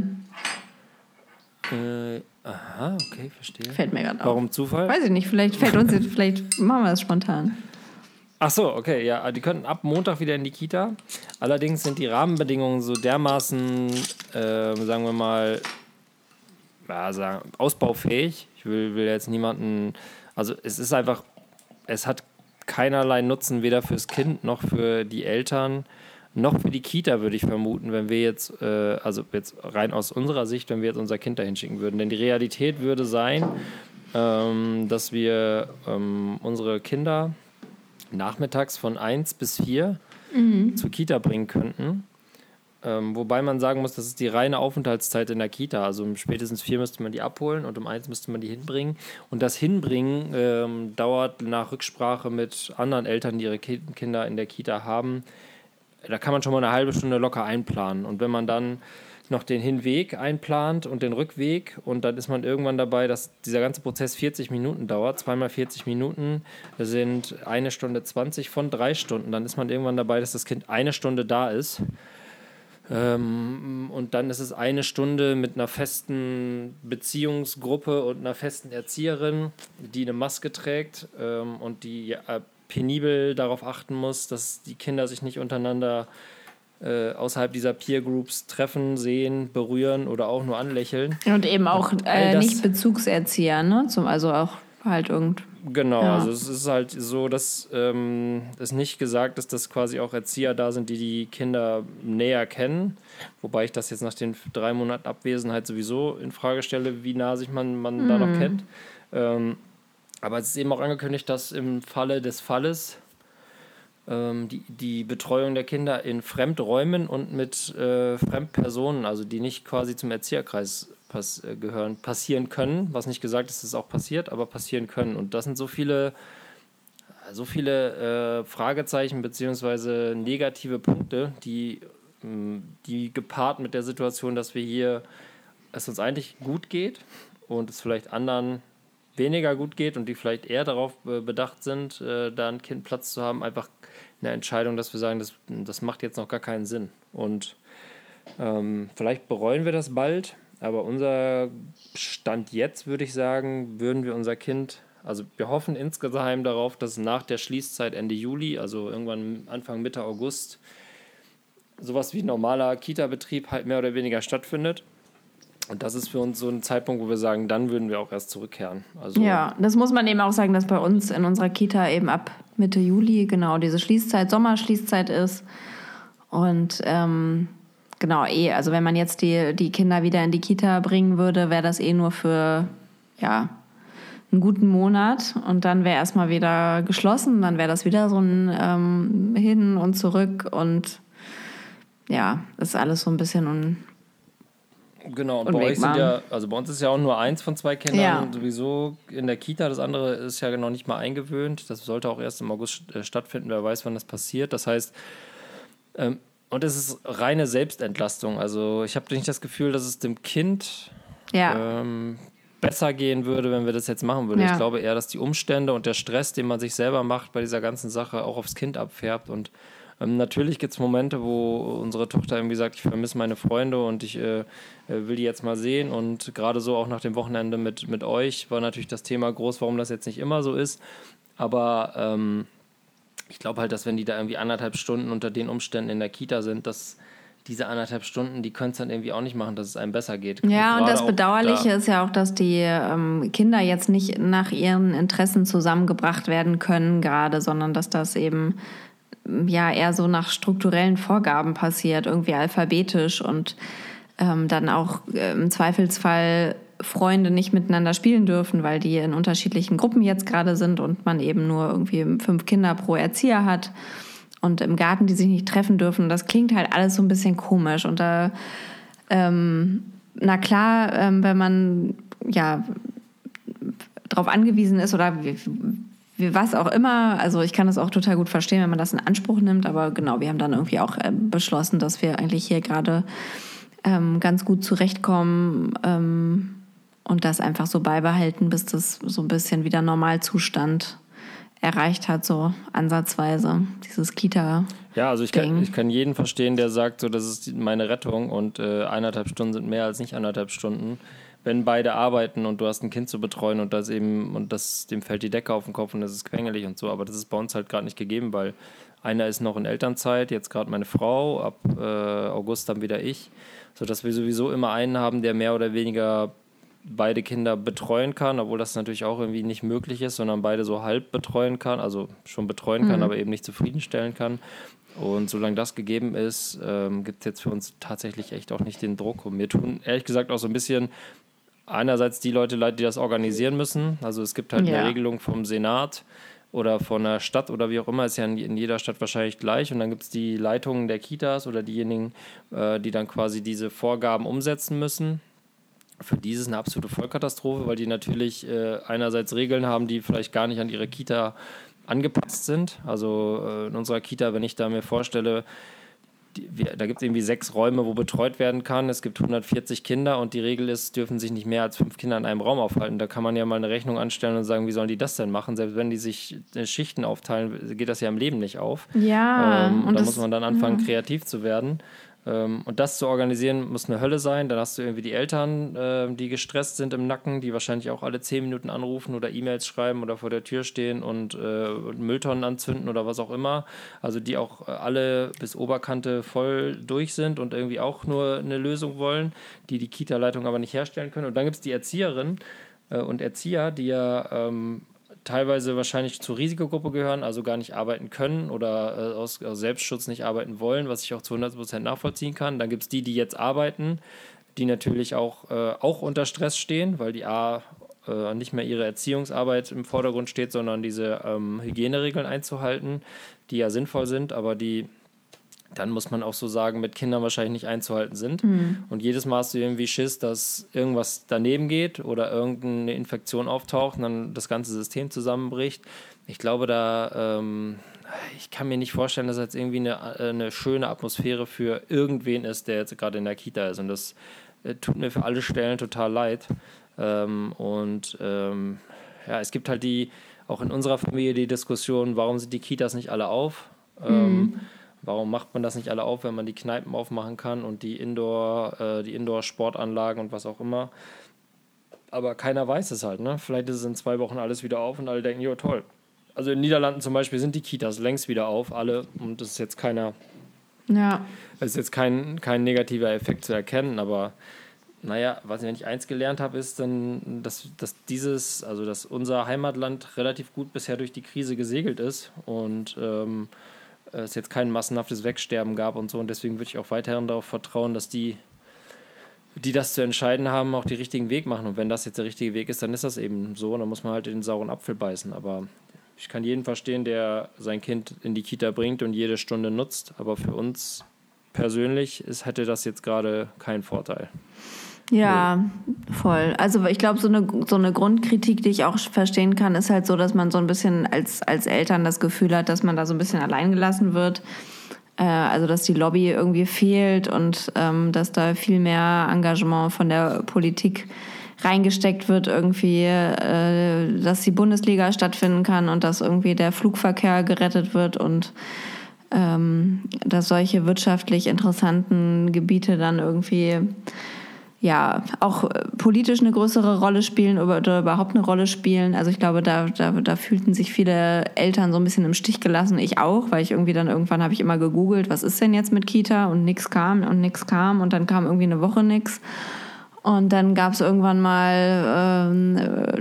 Aha, okay, verstehe. Fällt mir gerade auf. Warum Zufall? Weiß ich nicht, vielleicht machen wir das spontan. Ach so, okay, ja, die könnten ab Montag wieder in die Kita. Allerdings sind die Rahmenbedingungen so dermaßen, sagen wir mal, ausbaufähig. Ich will jetzt niemanden, also es ist einfach, es hat keinerlei Nutzen, weder fürs Kind noch für die Eltern, noch für die Kita, würde ich vermuten, wenn wir jetzt, also jetzt rein aus unserer Sicht, wenn wir jetzt unser Kind dahin schicken würden. Denn die Realität würde sein, dass wir unsere Kinder nachmittags von 1 bis 4 zur Kita bringen könnten. Wobei man sagen muss, das ist die reine Aufenthaltszeit in der Kita. Also um spätestens 4 müsste man die abholen und um 1 müsste man die hinbringen. Und das Hinbringen dauert nach Rücksprache mit anderen Eltern, die ihre Kinder in der Kita haben. Da kann man schon mal eine halbe Stunde locker einplanen. Und wenn man dann noch den Hinweg einplant und den Rückweg und dann ist man irgendwann dabei, dass dieser ganze Prozess 40 Minuten dauert. 2 mal 40 Minuten sind 1 Stunde 20 von 3 Stunden. Dann ist man irgendwann dabei, dass das Kind 1 Stunde da ist. Und dann ist es 1 Stunde mit einer festen Beziehungsgruppe und einer festen Erzieherin, die eine Maske trägt und die penibel darauf achten muss, dass die Kinder sich nicht untereinander außerhalb dieser Peer Groups treffen, sehen, berühren oder auch nur anlächeln. Und eben auch nicht Bezugserzieher, ne? Also auch halt Genau, also es ist halt so, dass es nicht gesagt ist, dass quasi auch Erzieher da sind, die die Kinder näher kennen. Wobei ich das jetzt nach den 3 Monaten Abwesenheit sowieso in Frage stelle, wie nah sich man da noch kennt. Aber es ist eben auch angekündigt, dass im Falle des Falles die Betreuung der Kinder in Fremdräumen und mit Fremdpersonen, also die nicht quasi zum Erzieherkreis gehören, passieren können. Was nicht gesagt ist, dass es auch passiert, aber passieren können. Und das sind so viele Fragezeichen bzw. negative Punkte, die gepaart mit der Situation, dass es uns eigentlich gut geht und es vielleicht anderen weniger gut geht und die vielleicht eher darauf bedacht sind, da ein Kind Platz zu haben, einfach eine Entscheidung, dass wir sagen, das macht jetzt noch gar keinen Sinn. Und vielleicht bereuen wir das bald, aber unser Stand jetzt, würde ich sagen, würden wir unser Kind, also wir hoffen insgeheim darauf, dass nach der Schließzeit Ende Juli, also irgendwann Anfang Mitte August, sowas wie ein normaler Kita-Betrieb halt mehr oder weniger stattfindet. Und das ist für uns so ein Zeitpunkt, wo wir sagen, dann würden wir auch erst zurückkehren. Also ja, das muss man eben auch sagen, dass bei uns in unserer Kita eben ab Mitte Juli genau diese Schließzeit, Sommerschließzeit ist. Und genau, also wenn man jetzt die Kinder wieder in die Kita bringen würde, wäre das nur für, einen guten Monat. Und dann wäre erstmal wieder geschlossen. Dann wäre das wieder so ein Hin und Zurück. Und ja, das ist alles so ein bisschen genau, und bei uns ist ja auch nur eins von 2 Kindern sowieso in der Kita. Das andere ist ja noch nicht mal eingewöhnt. Das sollte auch erst im August stattfinden. Wer weiß, wann das passiert. Das heißt, und es ist reine Selbstentlastung. Also ich habe nicht das Gefühl, dass es dem Kind besser gehen würde, wenn wir das jetzt machen würden. Ja. Ich glaube eher, dass die Umstände und der Stress, den man sich selber macht bei dieser ganzen Sache, auch aufs Kind abfärbt. Und natürlich gibt es Momente, wo unsere Tochter irgendwie sagt, ich vermisse meine Freunde und ich will die jetzt mal sehen. Und gerade so auch nach dem Wochenende mit euch war natürlich das Thema groß, warum das jetzt nicht immer so ist. Aber ich glaube halt, dass wenn die da irgendwie 1,5 Stunden unter den Umständen in der Kita sind, dass diese 1,5 Stunden, die können es dann irgendwie auch nicht machen, dass es einem besser geht. Ja, und das Bedauerliche ist ja auch, dass die Kinder jetzt nicht nach ihren Interessen zusammengebracht werden können gerade, sondern dass das eben eher so nach strukturellen Vorgaben passiert, irgendwie alphabetisch und dann auch im Zweifelsfall Freunde nicht miteinander spielen dürfen, weil die in unterschiedlichen Gruppen jetzt gerade sind und man eben nur irgendwie 5 Kinder pro Erzieher hat und im Garten, die sich nicht treffen dürfen. Das klingt halt alles so ein bisschen komisch und da, na klar, wenn man darauf angewiesen ist oder wie was auch immer, also ich kann das auch total gut verstehen, wenn man das in Anspruch nimmt, aber genau, wir haben dann irgendwie auch beschlossen, dass wir eigentlich hier gerade ganz gut zurechtkommen und das einfach so beibehalten, bis das so ein bisschen wieder Normalzustand erreicht hat, so ansatzweise, dieses Kita. Ja, also ich kann jeden verstehen, der sagt, so, das ist meine Rettung und 1,5 Stunden sind mehr als nicht 1,5 Stunden. Wenn beide arbeiten und du hast ein Kind zu betreuen und dem fällt die Decke auf den Kopf und das ist quengelig und so, aber das ist bei uns halt gerade nicht gegeben, weil einer ist noch in Elternzeit, jetzt gerade meine Frau, ab August dann wieder ich, sodass wir sowieso immer einen haben, der mehr oder weniger beide Kinder betreuen kann, obwohl das natürlich auch irgendwie nicht möglich ist, sondern beide so halb betreuen kann, also schon betreuen kann, aber eben nicht zufriedenstellen kann. Und solange das gegeben ist, gibt es jetzt für uns tatsächlich echt auch nicht den Druck. Und mir tun ehrlich gesagt auch so ein bisschen einerseits die Leute leid, die das organisieren müssen. Also es gibt halt eine Regelung vom Senat oder von der Stadt oder wie auch immer, ist ja in jeder Stadt wahrscheinlich gleich. Und dann gibt es die Leitungen der Kitas oder diejenigen, die dann quasi diese Vorgaben umsetzen müssen. Für die ist es eine absolute Vollkatastrophe, weil die natürlich einerseits Regeln haben, die vielleicht gar nicht an ihre Kita angepasst sind. Also in unserer Kita, wenn ich da mir vorstelle, da gibt es irgendwie 6 Räume, wo betreut werden kann. Es gibt 140 Kinder und die Regel ist, dürfen sich nicht mehr als 5 Kinder in einem Raum aufhalten. Da kann man ja mal eine Rechnung anstellen und sagen, wie sollen die das denn machen? Selbst wenn die sich Schichten aufteilen, geht das ja im Leben nicht auf. Ja. Und da muss man dann anfangen, kreativ zu werden. Und das zu organisieren, muss eine Hölle sein. Dann hast du irgendwie die Eltern, die gestresst sind im Nacken, die wahrscheinlich auch alle 10 Minuten anrufen oder E-Mails schreiben oder vor der Tür stehen und Mülltonnen anzünden oder was auch immer. Also die auch alle bis Oberkante voll durch sind und irgendwie auch nur eine Lösung wollen, die Kita-Leitung aber nicht herstellen können. Und dann gibt es die Erzieherinnen und Erzieher, die ja teilweise wahrscheinlich zur Risikogruppe gehören, also gar nicht arbeiten können oder aus Selbstschutz nicht arbeiten wollen, was ich auch zu 100% nachvollziehen kann. Dann gibt es die jetzt arbeiten, die natürlich auch unter Stress stehen, weil die nicht mehr ihre Erziehungsarbeit im Vordergrund steht, sondern diese Hygieneregeln einzuhalten, die ja sinnvoll sind, aber die dann muss man auch so sagen, mit Kindern wahrscheinlich nicht einzuhalten sind. Und jedes Mal hast du irgendwie Schiss, dass irgendwas daneben geht oder irgendeine Infektion auftaucht und dann das ganze System zusammenbricht. Ich glaube, ich kann mir nicht vorstellen, dass jetzt irgendwie eine schöne Atmosphäre für irgendwen ist, der jetzt gerade in der Kita ist. Und das tut mir für alle Stellen total leid. Es gibt halt auch in unserer Familie die Diskussion, warum sind die Kitas nicht alle auf? Warum macht man das nicht alle auf, wenn man die Kneipen aufmachen kann und die Indoor-Sportanlagen und was auch immer? Aber keiner weiß es halt, ne? Vielleicht ist es in 2 Wochen alles wieder auf und alle denken, jo, toll. Also in den Niederlanden zum Beispiel sind die Kitas längst wieder auf, alle, und das ist jetzt kein negativer Effekt zu erkennen, aber naja, wenn ich eins gelernt habe, ist dann, dass unser Heimatland relativ gut bisher durch die Krise gesegelt ist und es jetzt kein massenhaftes Wegsterben gab und so, und deswegen würde ich auch weiterhin darauf vertrauen, dass die das zu entscheiden haben, auch den richtigen Weg machen, und wenn das jetzt der richtige Weg ist, dann ist das eben so und dann muss man halt in den sauren Apfel beißen, aber ich kann jeden verstehen, der sein Kind in die Kita bringt und jede Stunde nutzt, aber für uns persönlich hätte das jetzt gerade keinen Vorteil. Ja, voll. Also ich glaube, so eine Grundkritik, die ich auch verstehen kann, ist halt so, dass man so ein bisschen als Eltern das Gefühl hat, dass man da so ein bisschen allein gelassen wird. Also dass die Lobby irgendwie fehlt und dass da viel mehr Engagement von der Politik reingesteckt wird, irgendwie, dass die Bundesliga stattfinden kann und dass irgendwie der Flugverkehr gerettet wird und dass solche wirtschaftlich interessanten Gebiete dann irgendwie auch politisch eine größere Rolle spielen oder überhaupt eine Rolle spielen. Also ich glaube, da fühlten sich viele Eltern so ein bisschen im Stich gelassen. Ich auch, weil ich irgendwie dann irgendwann habe ich immer gegoogelt, was ist denn jetzt mit Kita, und nichts kam und dann kam irgendwie eine Woche nichts. Und dann gab es irgendwann mal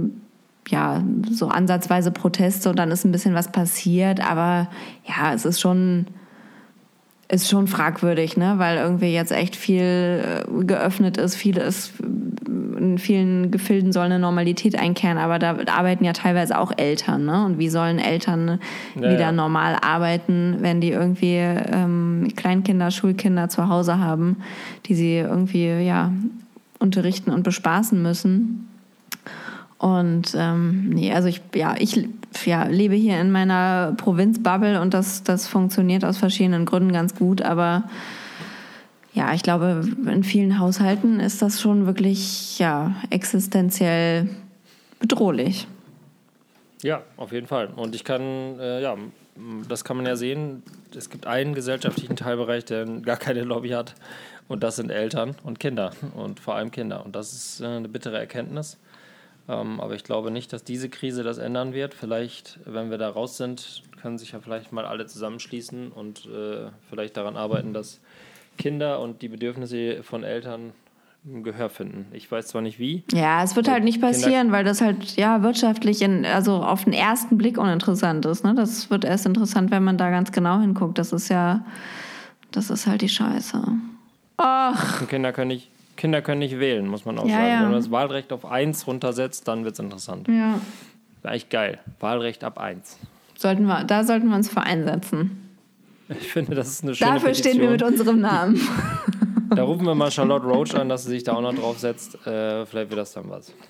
so ansatzweise Proteste und dann ist ein bisschen was passiert. Aber ja, es ist schon fragwürdig, ne? Weil irgendwie jetzt echt viel geöffnet ist, in vielen Gefilden soll eine Normalität einkehren, aber da arbeiten ja teilweise auch Eltern, ne? Und wie sollen Eltern wieder normal arbeiten, wenn die irgendwie Kleinkinder, Schulkinder zu Hause haben, die sie irgendwie unterrichten und bespaßen müssen? Und ich lebe hier in meiner Provinzbubble und das funktioniert aus verschiedenen Gründen ganz gut, aber ja, ich glaube, in vielen Haushalten ist das schon wirklich existenziell bedrohlich. Ja, auf jeden Fall. Und ich kann, das kann man ja sehen, es gibt einen gesellschaftlichen Teilbereich, der gar keine Lobby hat, und das sind Eltern und Kinder und vor allem Kinder, und das ist eine bittere Erkenntnis. Aber ich glaube nicht, dass diese Krise das ändern wird. Vielleicht, wenn wir da raus sind, können sich ja vielleicht mal alle zusammenschließen und vielleicht daran arbeiten, dass Kinder und die Bedürfnisse von Eltern Gehör finden. Ich weiß zwar nicht wie. Ja, es wird halt nicht passieren, weil das halt wirtschaftlich auf den ersten Blick uninteressant ist. Ne? Das wird erst interessant, wenn man da ganz genau hinguckt. Das ist halt die Scheiße. Ach. Kinder können nicht wählen, muss man auch sagen. Ja. Wenn man das Wahlrecht auf 1 runtersetzt, dann wird es interessant. Ja. Wäre echt geil. Wahlrecht ab 1. Da sollten wir uns für einsetzen. Ich finde, das ist eine schöne Dafür Petition. stehen wir mit unserem Namen. Da rufen wir mal Charlotte Roach an, dass sie sich da auch noch drauf setzt. Vielleicht wird das dann was.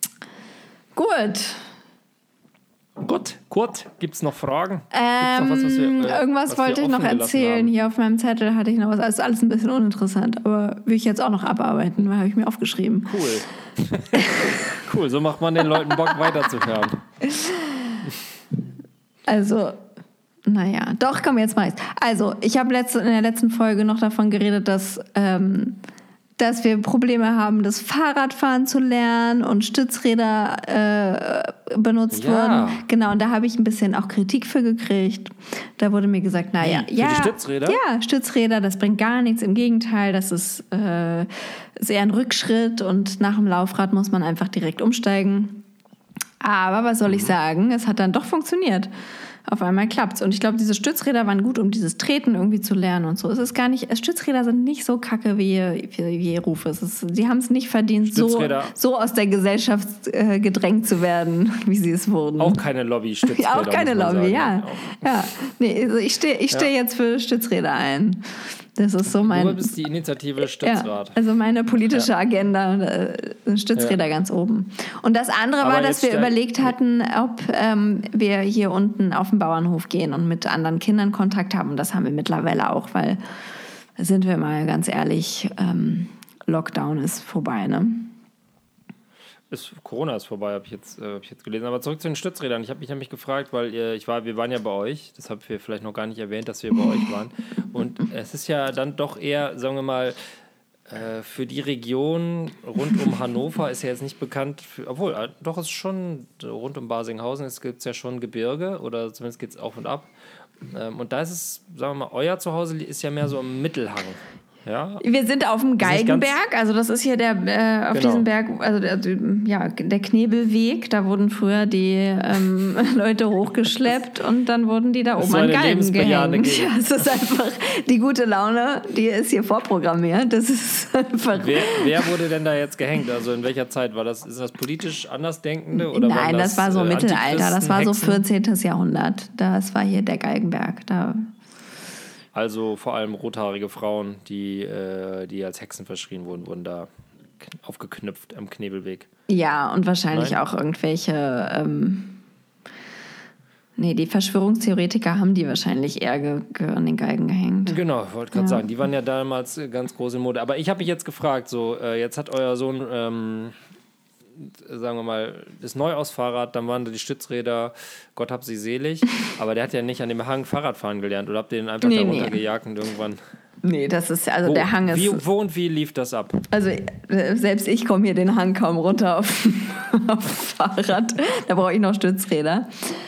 Gut, Kurt, gibt es noch Fragen? Irgendwas wollte ich noch erzählen. Hier auf meinem Zettel hatte ich noch was. Das ist alles ein bisschen uninteressant, aber will ich jetzt auch noch abarbeiten, weil habe ich mir aufgeschrieben. Cool. Cool, so macht man den Leuten Bock, weiterzuhören. Also, naja, doch, komm, jetzt mach ich's. Also, ich habe in der letzten Folge noch davon geredet, dass wir Probleme haben, das Fahrradfahren zu lernen und Stützräder benutzt wurden. Genau, und da habe ich ein bisschen auch Kritik für gekriegt. Da wurde mir gesagt, naja, für die Stützräder? Ja, Stützräder, das bringt gar nichts. Im Gegenteil, das ist eher ein Rückschritt und nach dem Laufrad muss man einfach direkt umsteigen. Aber was soll ich sagen? Es hat dann doch funktioniert. auf einmal klappt's. Und ich glaube, diese Stützräder waren gut, um dieses Treten irgendwie zu lernen und so. Es ist gar nicht, Stützräder sind nicht so kacke wie Rufe. Sie haben es nicht verdient, so aus der Gesellschaft gedrängt zu werden, wie sie es wurden. Auch keine Lobby-Stützräder. Auch keine Lobby, ja. Nee, also ich stehe jetzt für Stützräder ein. Das ist so mein. Du bist die Initiative Stützrad. Ja, also meine politische Agenda, Stützräder ganz oben. Und das andere war, dass wir überlegt hatten, ob wir hier unten auf den Bauernhof gehen und mit anderen Kindern Kontakt haben. Und das haben wir mittlerweile auch, weil, sind wir mal ganz ehrlich, Lockdown ist vorbei, ne? Corona ist vorbei, habe ich jetzt gelesen. Aber zurück zu den Stützrädern. Ich habe mich nämlich gefragt, weil wir waren ja bei euch. Das habe ich vielleicht noch gar nicht erwähnt, dass wir bei euch waren. Und es ist ja dann doch eher, sagen wir mal, für die Region rund um Hannover ist ja jetzt nicht bekannt, doch ist schon rund um Barsinghausen, es gibt ja schon Gebirge oder zumindest geht es auf und ab. Und da ist es, sagen wir mal, euer Zuhause ist ja mehr so im Mittelhang. Ja. Wir sind auf dem Galgenberg, also das ist hier auf diesem Berg, also der Knebelweg, da wurden früher die Leute hochgeschleppt und dann wurden die da oben an Galgen gehängt. Ja, es ist einfach die gute Laune, die ist hier vorprogrammiert. Das ist einfach. Wer wurde denn da jetzt gehängt? Also in welcher Zeit war das? Ist das politisch Andersdenkende? Oder Nein, das war so Mittelalter, das war so 14. Jahrhundert. Das war hier der Galgenberg, da. Also vor allem rothaarige Frauen, die als Hexen verschrien wurden da aufgeknüpft am Knebelweg. Ja, und wahrscheinlich auch irgendwelche... die Verschwörungstheoretiker haben die wahrscheinlich eher an den Galgen gehängt. Genau, ich wollte gerade sagen, die waren ja damals ganz groß in Mode. Aber ich habe mich jetzt gefragt, jetzt hat euer Sohn... sagen wir mal, das Neuausfahrrad, dann waren da die Stützräder, Gott hab sie selig, aber der hat ja nicht an dem Hang Fahrradfahren gelernt oder habt ihr den einfach da runtergejagt und irgendwann... Nee, das ist, also der Hang ist... Wo und wie lief das ab? Also selbst ich komme hier den Hang kaum runter auf Fahrrad, da brauche ich noch Stützräder.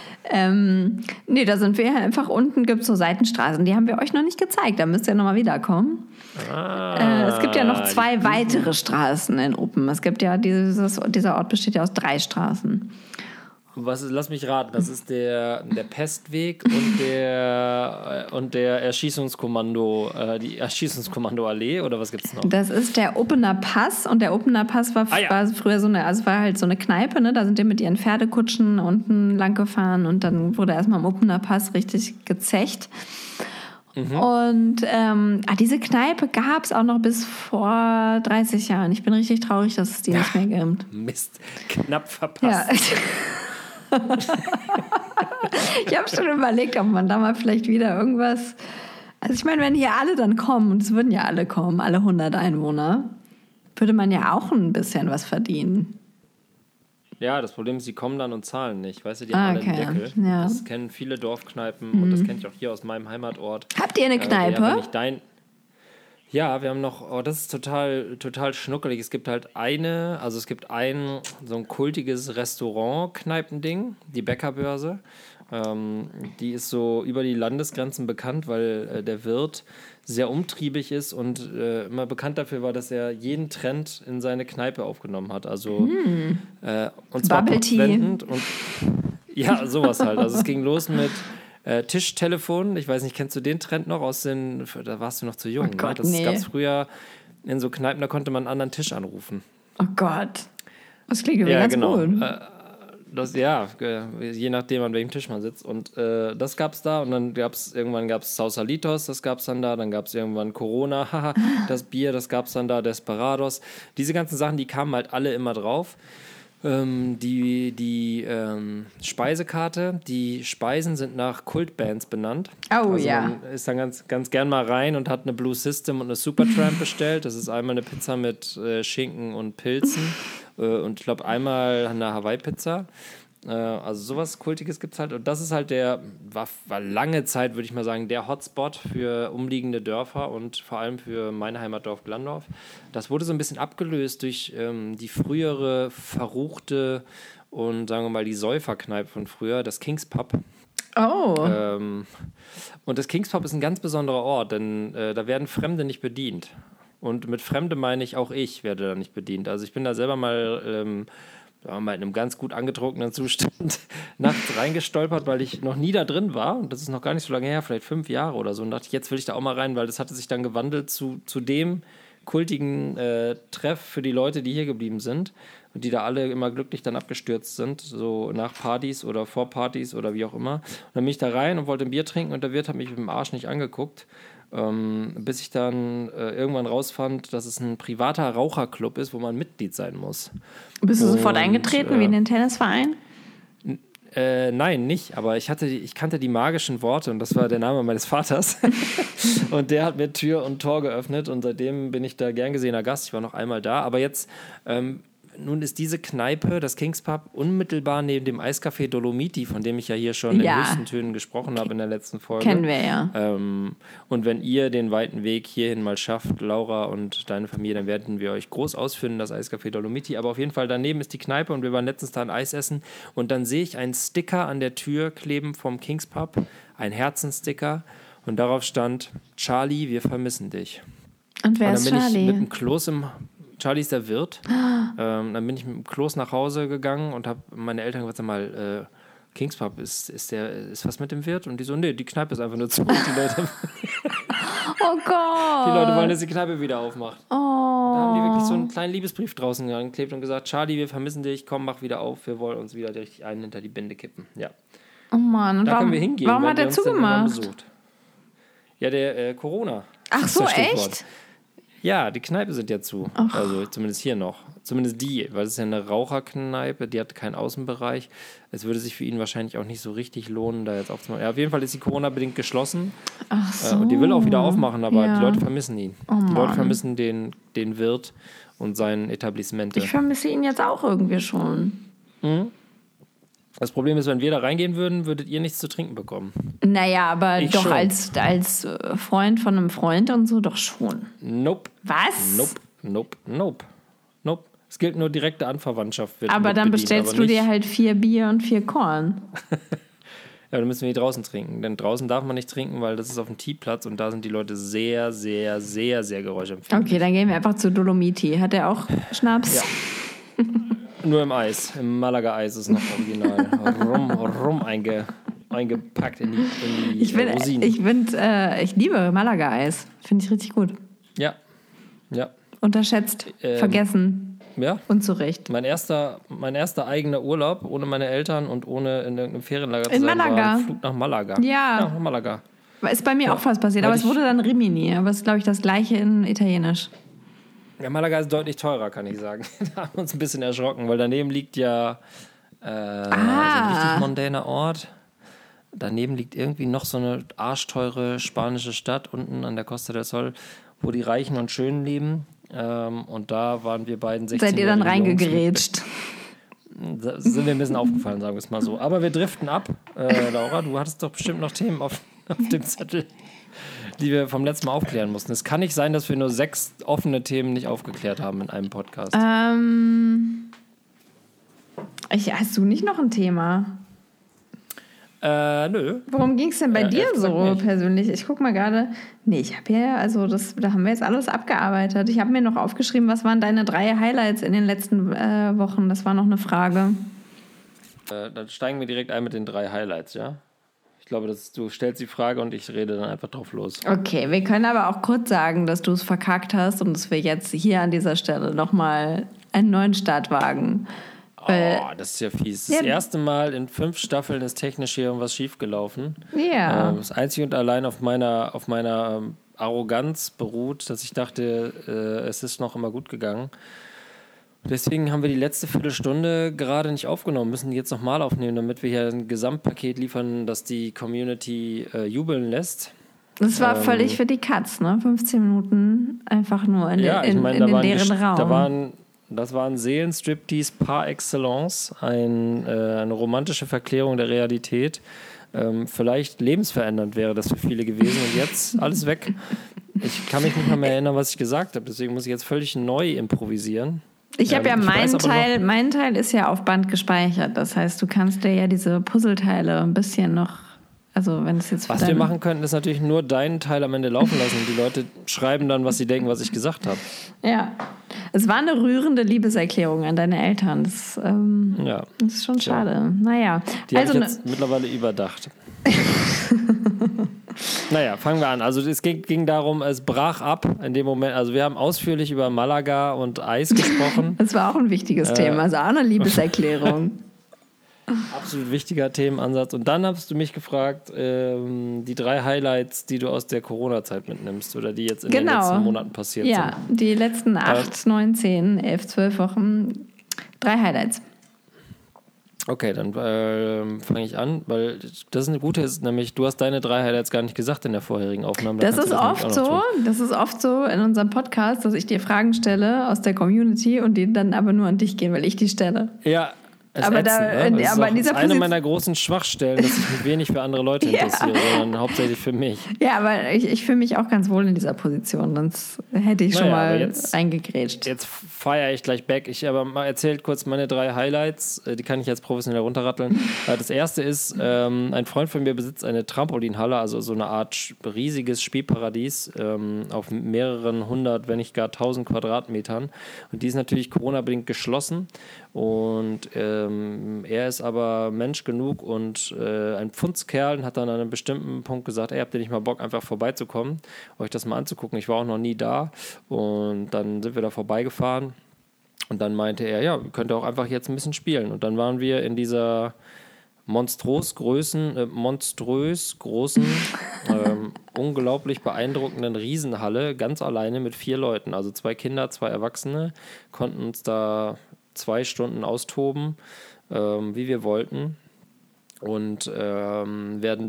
Da sind wir einfach unten, gibt es so Seitenstraßen, die haben wir euch noch nicht gezeigt, da müsst ihr nochmal wiederkommen. Es gibt ja noch 2 weitere Straßen in Uppen. Es gibt ja, dieser Ort besteht ja aus 3 Straßen. Lass mich raten, das ist der Pestweg und der Erschießungskommando, die Erschießungskommandoallee oder was gibt's noch? Das ist der Uppener Pass und der Uppener Pass war früher war halt so eine Kneipe, ne? Da sind die mit ihren Pferdekutschen unten lang gefahren und dann wurde erstmal am Uppener Pass richtig gezecht. Mhm. Und diese Kneipe gab es auch noch bis vor 30 Jahren. Ich bin richtig traurig, dass es die nicht mehr gibt. Mist, knapp verpasst. Ja. Ich habe schon überlegt, ob man da mal vielleicht wieder irgendwas... Also ich meine, wenn hier alle dann kommen, und es würden ja alle kommen, alle 100 Einwohner, würde man ja auch ein bisschen was verdienen. Ja, das Problem ist, sie kommen dann und zahlen nicht. Weißt du, die haben alle einen Deckel. Ja. Das kennen viele Dorfkneipen und das kenne ich auch hier aus meinem Heimatort. Habt ihr eine Kneipe? Ja, wir haben noch, das ist total schnuckelig. Es gibt halt so ein kultiges Restaurant-Kneipending, die Bäckerbörse. Die ist so über die Landesgrenzen bekannt, weil der Wirt sehr umtriebig ist und immer bekannt dafür war, dass er jeden Trend in seine Kneipe aufgenommen hat. Also und zwar postwendend und ja, sowas halt. Also es ging los mit Tischtelefon. Ich weiß nicht, kennst du den Trend noch da warst du noch zu jung. Oh Gott, ne? Das gab's früher in so Kneipen, da konnte man einen anderen Tisch anrufen. Oh Gott. Das klingt irgendwie ganz gut. Je nachdem, an welchem Tisch man sitzt. Und das gab's da. Und dann irgendwann gab's Sausalitos, das gab's dann da. Dann gab's irgendwann Corona, haha, das Bier, das gab's dann da, Desperados. Diese ganzen Sachen, die kamen halt alle immer drauf. Die Speisekarte, die Speisen sind nach Kultbands benannt. Oh, also ja. Man ist dann ganz gern mal rein und hat eine Blue System und eine Supertramp bestellt. Das ist einmal eine Pizza mit Schinken und Pilzen und ich glaube einmal eine Hawaii-Pizza. Also sowas Kultiges gibt es halt. Und das ist halt war lange Zeit, würde ich mal sagen, der Hotspot für umliegende Dörfer und vor allem für mein Heimatdorf Glandorf. Das wurde so ein bisschen abgelöst durch die frühere verruchte und sagen wir mal die Säuferkneipe von früher, das Kings Pub. Oh. Und das Kings Pub ist ein ganz besonderer Ort, denn da werden Fremde nicht bedient. Und mit Fremde meine ich auch ich werde da nicht bedient. Also ich bin da selber mal da waren wir in einem ganz gut angetrunkenen Zustand nachts reingestolpert, weil ich noch nie da drin war. Und das ist noch gar nicht so lange her, vielleicht 5 Jahre oder so. Und dachte ich, jetzt will ich da auch mal rein, weil das hatte sich dann gewandelt zu dem kultigen Treff für die Leute, die hier geblieben sind. Und die da alle immer glücklich dann abgestürzt sind, so nach Partys oder vor Partys oder wie auch immer. Und dann bin ich da rein und wollte ein Bier trinken und der Wirt hat mich mit dem Arsch nicht angeguckt. Bis ich dann irgendwann rausfand, dass es ein privater Raucherclub ist, wo man Mitglied sein muss. Bist du sofort eingetreten, wie in den Tennisverein? Nein, nicht, aber ich kannte die magischen Worte und das war der Name meines Vaters. Und der hat mir Tür und Tor geöffnet und seitdem bin ich da gern gesehener Gast. Ich war noch einmal da, aber jetzt... nun ist diese Kneipe, das Kings Pub, unmittelbar neben dem Eiscafé Dolomiti, von dem ich ja hier schon in höchsten Tönen gesprochen habe in der letzten Folge. Kennen wir ja. Und wenn ihr den weiten Weg hierhin mal schafft, Laura und deine Familie, dann werden wir euch groß ausführen, das Eiscafé Dolomiti. Aber auf jeden Fall daneben ist die Kneipe und wir waren letztens da ein Eis essen und dann sehe ich einen Sticker an der Tür kleben vom Kings Pub, ein Herzensticker und darauf stand, Charlie, wir vermissen dich. Und wer ist Charlie? Charlie? Ich mit dem Kloß Charlie ist der Wirt. Dann bin ich mit dem Kloß nach Hause gegangen und habe meine Eltern gesagt, sag mal, Kings Pub, ist was mit dem Wirt? Und die so, nee, die Kneipe ist einfach nur zu. Oh Gott. Die Leute wollen, dass die Kneipe wieder aufmacht. Oh. Da haben die wirklich so einen kleinen Liebesbrief draußen geklebt und gesagt, Charlie, wir vermissen dich, komm, mach wieder auf, wir wollen uns wieder richtig einen hinter die Binde kippen. Ja. Oh Mann, und da können wir hingehen. Warum hat er zugemacht? Ja, der Corona. Ach so, echt? Ja, die Kneipe sind ja zu. Ach. Also zumindest hier noch. Zumindest die, weil es ist ja eine Raucherkneipe, die hat keinen Außenbereich. Es würde sich für ihn wahrscheinlich auch nicht so richtig lohnen, da jetzt aufzumachen. Ja, auf jeden Fall ist die Corona-bedingt geschlossen. Ach so. Und die will auch wieder aufmachen, aber die Leute vermissen ihn. Oh die Leute vermissen den Wirt und sein Etablissement. Ich vermisse ihn jetzt auch irgendwie schon. Mhm. Das Problem ist, wenn wir da reingehen würden, würdet ihr nichts zu trinken bekommen. Naja, aber ich doch schon. als Freund von einem Freund und so doch schon. Nope. Was? Nope. Es gilt nur direkte Anverwandtschaft. Aber dann bestellst du dir halt 4 Bier und 4 Korn. Ja, dann müssen wir die draußen trinken. Denn draußen darf man nicht trinken, weil das ist auf dem Teeplatz und da sind die Leute sehr, sehr, sehr, sehr geräuschempfindlich. Okay, dann gehen wir einfach zu Dolomiti. Hat er auch Schnaps? Ja. Nur im Eis. Im Malaga-Eis ist noch original. Rum eingepackt in die Rosinen. Ich liebe Malaga-Eis. Finde ich richtig gut. Ja. Unterschätzt, vergessen. Ja. Und zu Recht. Mein erster eigener Urlaub ohne meine Eltern und ohne in irgendeinem Ferienlager zu sein, Malaga. war ein Flug nach Malaga. Ja, nach Malaga. Ist bei mir auch fast passiert, aber es wurde dann Rimini. Aber es ist, glaube ich, das gleiche in Italienisch. Ja, Malaga ist deutlich teurer, kann ich sagen. Da haben wir uns ein bisschen erschrocken, weil daneben liegt ja so ein richtig mondäner Ort. Daneben liegt irgendwie noch so eine arschteure spanische Stadt unten an der Costa del Sol, wo die Reichen und Schönen leben. Und da waren wir beiden 16 Seid ihr dann reingegrätscht? Da sind wir ein bisschen aufgefallen, sagen wir es mal so. Aber wir driften ab. Laura, du hattest doch bestimmt noch Themen auf dem Zettel, die wir vom letzten Mal aufklären mussten. Es kann nicht sein, dass wir nur 6 offene Themen nicht aufgeklärt haben in einem Podcast. Hast du nicht noch ein Thema? Nö. Worum ging es denn bei dir so persönlich? Ich guck mal gerade. Nee, ich habe da haben wir jetzt alles abgearbeitet. Ich habe mir noch aufgeschrieben, was waren deine 3 Highlights in den letzten Wochen? Das war noch eine Frage. Dann steigen wir direkt ein mit den 3 Highlights, ja? Ich glaube, du stellst die Frage und ich rede dann einfach drauf los. Okay, wir können aber auch kurz sagen, dass du es verkackt hast und dass wir jetzt hier an dieser Stelle nochmal einen neuen Start wagen. Das ist ja fies. Das erste Mal in 5 Staffeln ist technisch hier irgendwas schiefgelaufen. Ja. Das einzig und allein auf meiner Arroganz beruht, dass ich dachte, es ist noch immer gut gegangen. Deswegen haben wir die letzte Viertelstunde gerade nicht aufgenommen, müssen die jetzt nochmal aufnehmen, damit wir hier ein Gesamtpaket liefern, das die Community jubeln lässt. Das war völlig für die Katz, ne? 15 Minuten einfach nur in den leeren Raum. Das war ein Seelenstriptease par excellence, eine romantische Verklärung der Realität. Vielleicht lebensverändernd wäre das für viele gewesen und jetzt alles weg. Ich kann mich nicht mehr erinnern, was ich gesagt habe, deswegen muss ich jetzt völlig neu improvisieren. Ich habe meinen Teil ist ja auf Band gespeichert, das heißt, du kannst dir ja diese Puzzleteile ein bisschen noch Also wenn es jetzt was wir machen könnten, ist natürlich nur deinen Teil am Ende laufen lassen. Die Leute schreiben dann, was sie denken, was ich gesagt habe. Ja, es war eine rührende Liebeserklärung an deine Eltern. Das ist schon schade. Naja. Die habe ich jetzt mittlerweile überdacht. Naja, fangen wir an. Also es ging darum, es brach ab in dem Moment. Also wir haben ausführlich über Malaga und Eis gesprochen. Das war auch ein wichtiges Thema, also auch eine Liebeserklärung. Absolut wichtiger Themenansatz. Und dann hast du mich gefragt, die 3 Highlights, die du aus der Corona-Zeit mitnimmst oder die jetzt in den letzten Monaten passiert sind. Ja, die letzten 8, 9, 10, 11, 12 Wochen. 3 Highlights. Okay, dann fange ich an, weil das ist eine gute, ist nämlich, du hast deine 3 Highlights gar nicht gesagt in der vorherigen Aufnahme. Das ist oft so in unserem Podcast, dass ich dir Fragen stelle aus der Community und die dann aber nur an dich gehen, weil ich die stelle. Ja. Aber in dieser eine meiner großen Schwachstellen, dass ich mich wenig für andere Leute interessiere, sondern hauptsächlich für mich. Ja, aber ich fühle mich auch ganz wohl in dieser Position, sonst hätte ich schon mal reingegrätscht. Jetzt feiere ich gleich back. Ich aber mal erzählt kurz meine 3 Highlights, die kann ich jetzt professionell runterratteln. Das erste ist, ein Freund von mir besitzt eine Trampolinhalle, also so eine Art riesiges Spielparadies auf mehreren 100, wenn nicht gar 1000 Quadratmetern. Und die ist natürlich Corona-bedingt geschlossen. Und er ist aber Mensch genug und ein Pfundskerl und hat dann an einem bestimmten Punkt gesagt, ey, habt ihr nicht mal Bock, einfach vorbeizukommen, euch das mal anzugucken? Ich war auch noch nie da. Und dann sind wir da vorbeigefahren und dann meinte er, ja, könnt ihr auch einfach jetzt ein bisschen spielen. Und dann waren wir in dieser monströs großen, unglaublich beeindruckenden Riesenhalle, ganz alleine mit 4 Leuten, also 2 Kinder, 2 Erwachsene, konnten uns da 2 Stunden austoben, wie wir wollten. Und ich werde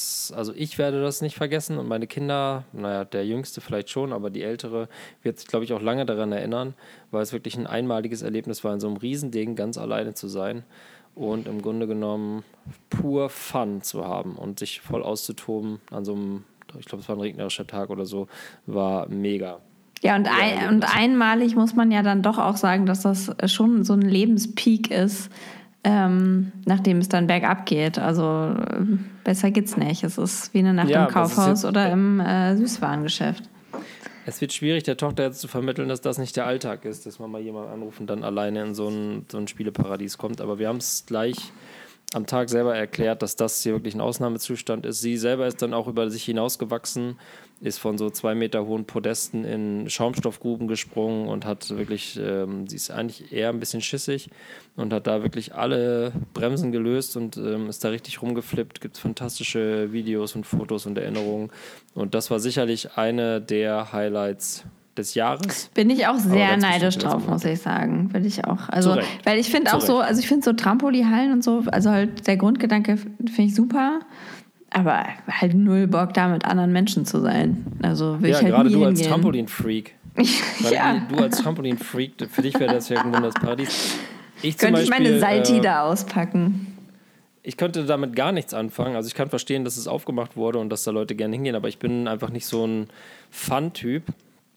das nicht vergessen und meine Kinder, naja, der Jüngste vielleicht schon, aber die Ältere wird sich, glaube ich, auch lange daran erinnern, weil es wirklich ein einmaliges Erlebnis war, in so einem Riesending ganz alleine zu sein und im Grunde genommen pur Fun zu haben und sich voll auszutoben an so einem, ich glaube, es war ein regnerischer Tag oder so, war mega. Ja, und einmalig muss man ja dann doch auch sagen, dass das schon so ein Lebenspeak ist, nachdem es dann bergab geht. Also besser geht's nicht. Es ist wie eine Nacht im Kaufhaus oder im Süßwarengeschäft. Es wird schwierig, der Tochter jetzt zu vermitteln, dass das nicht der Alltag ist, dass man mal jemanden anruft und dann alleine in so ein Spieleparadies kommt. Aber wir haben es gleich am Tag selber erklärt, dass das hier wirklich ein Ausnahmezustand ist. Sie selber ist dann auch über sich hinausgewachsen, ist von so 2 Meter hohen Podesten in Schaumstoffgruben gesprungen und hat wirklich, sie ist eigentlich eher ein bisschen schissig und hat da wirklich alle Bremsen gelöst und ist da richtig rumgeflippt. Gibt fantastische Videos und Fotos und Erinnerungen. Und das war sicherlich eine der Highlights des Jahres. Bin ich auch sehr neidisch drauf, muss ich sagen. Will ich auch. Also, weil ich finde auch so, also ich finde so Trampolihallen und so, also halt der Grundgedanke finde ich super, aber halt null Bock, da mit anderen Menschen zu sein. Also will ich halt gerade nie du als hingehen. Trampolin-Freak. Du als Trampolin-Freak, für dich wäre das ja ein wunderbares Paradies. Könnte ich meine Salti da auspacken. Ich könnte damit gar nichts anfangen. Also ich kann verstehen, dass es aufgemacht wurde und dass da Leute gerne hingehen, aber ich bin einfach nicht so ein Fun-Typ.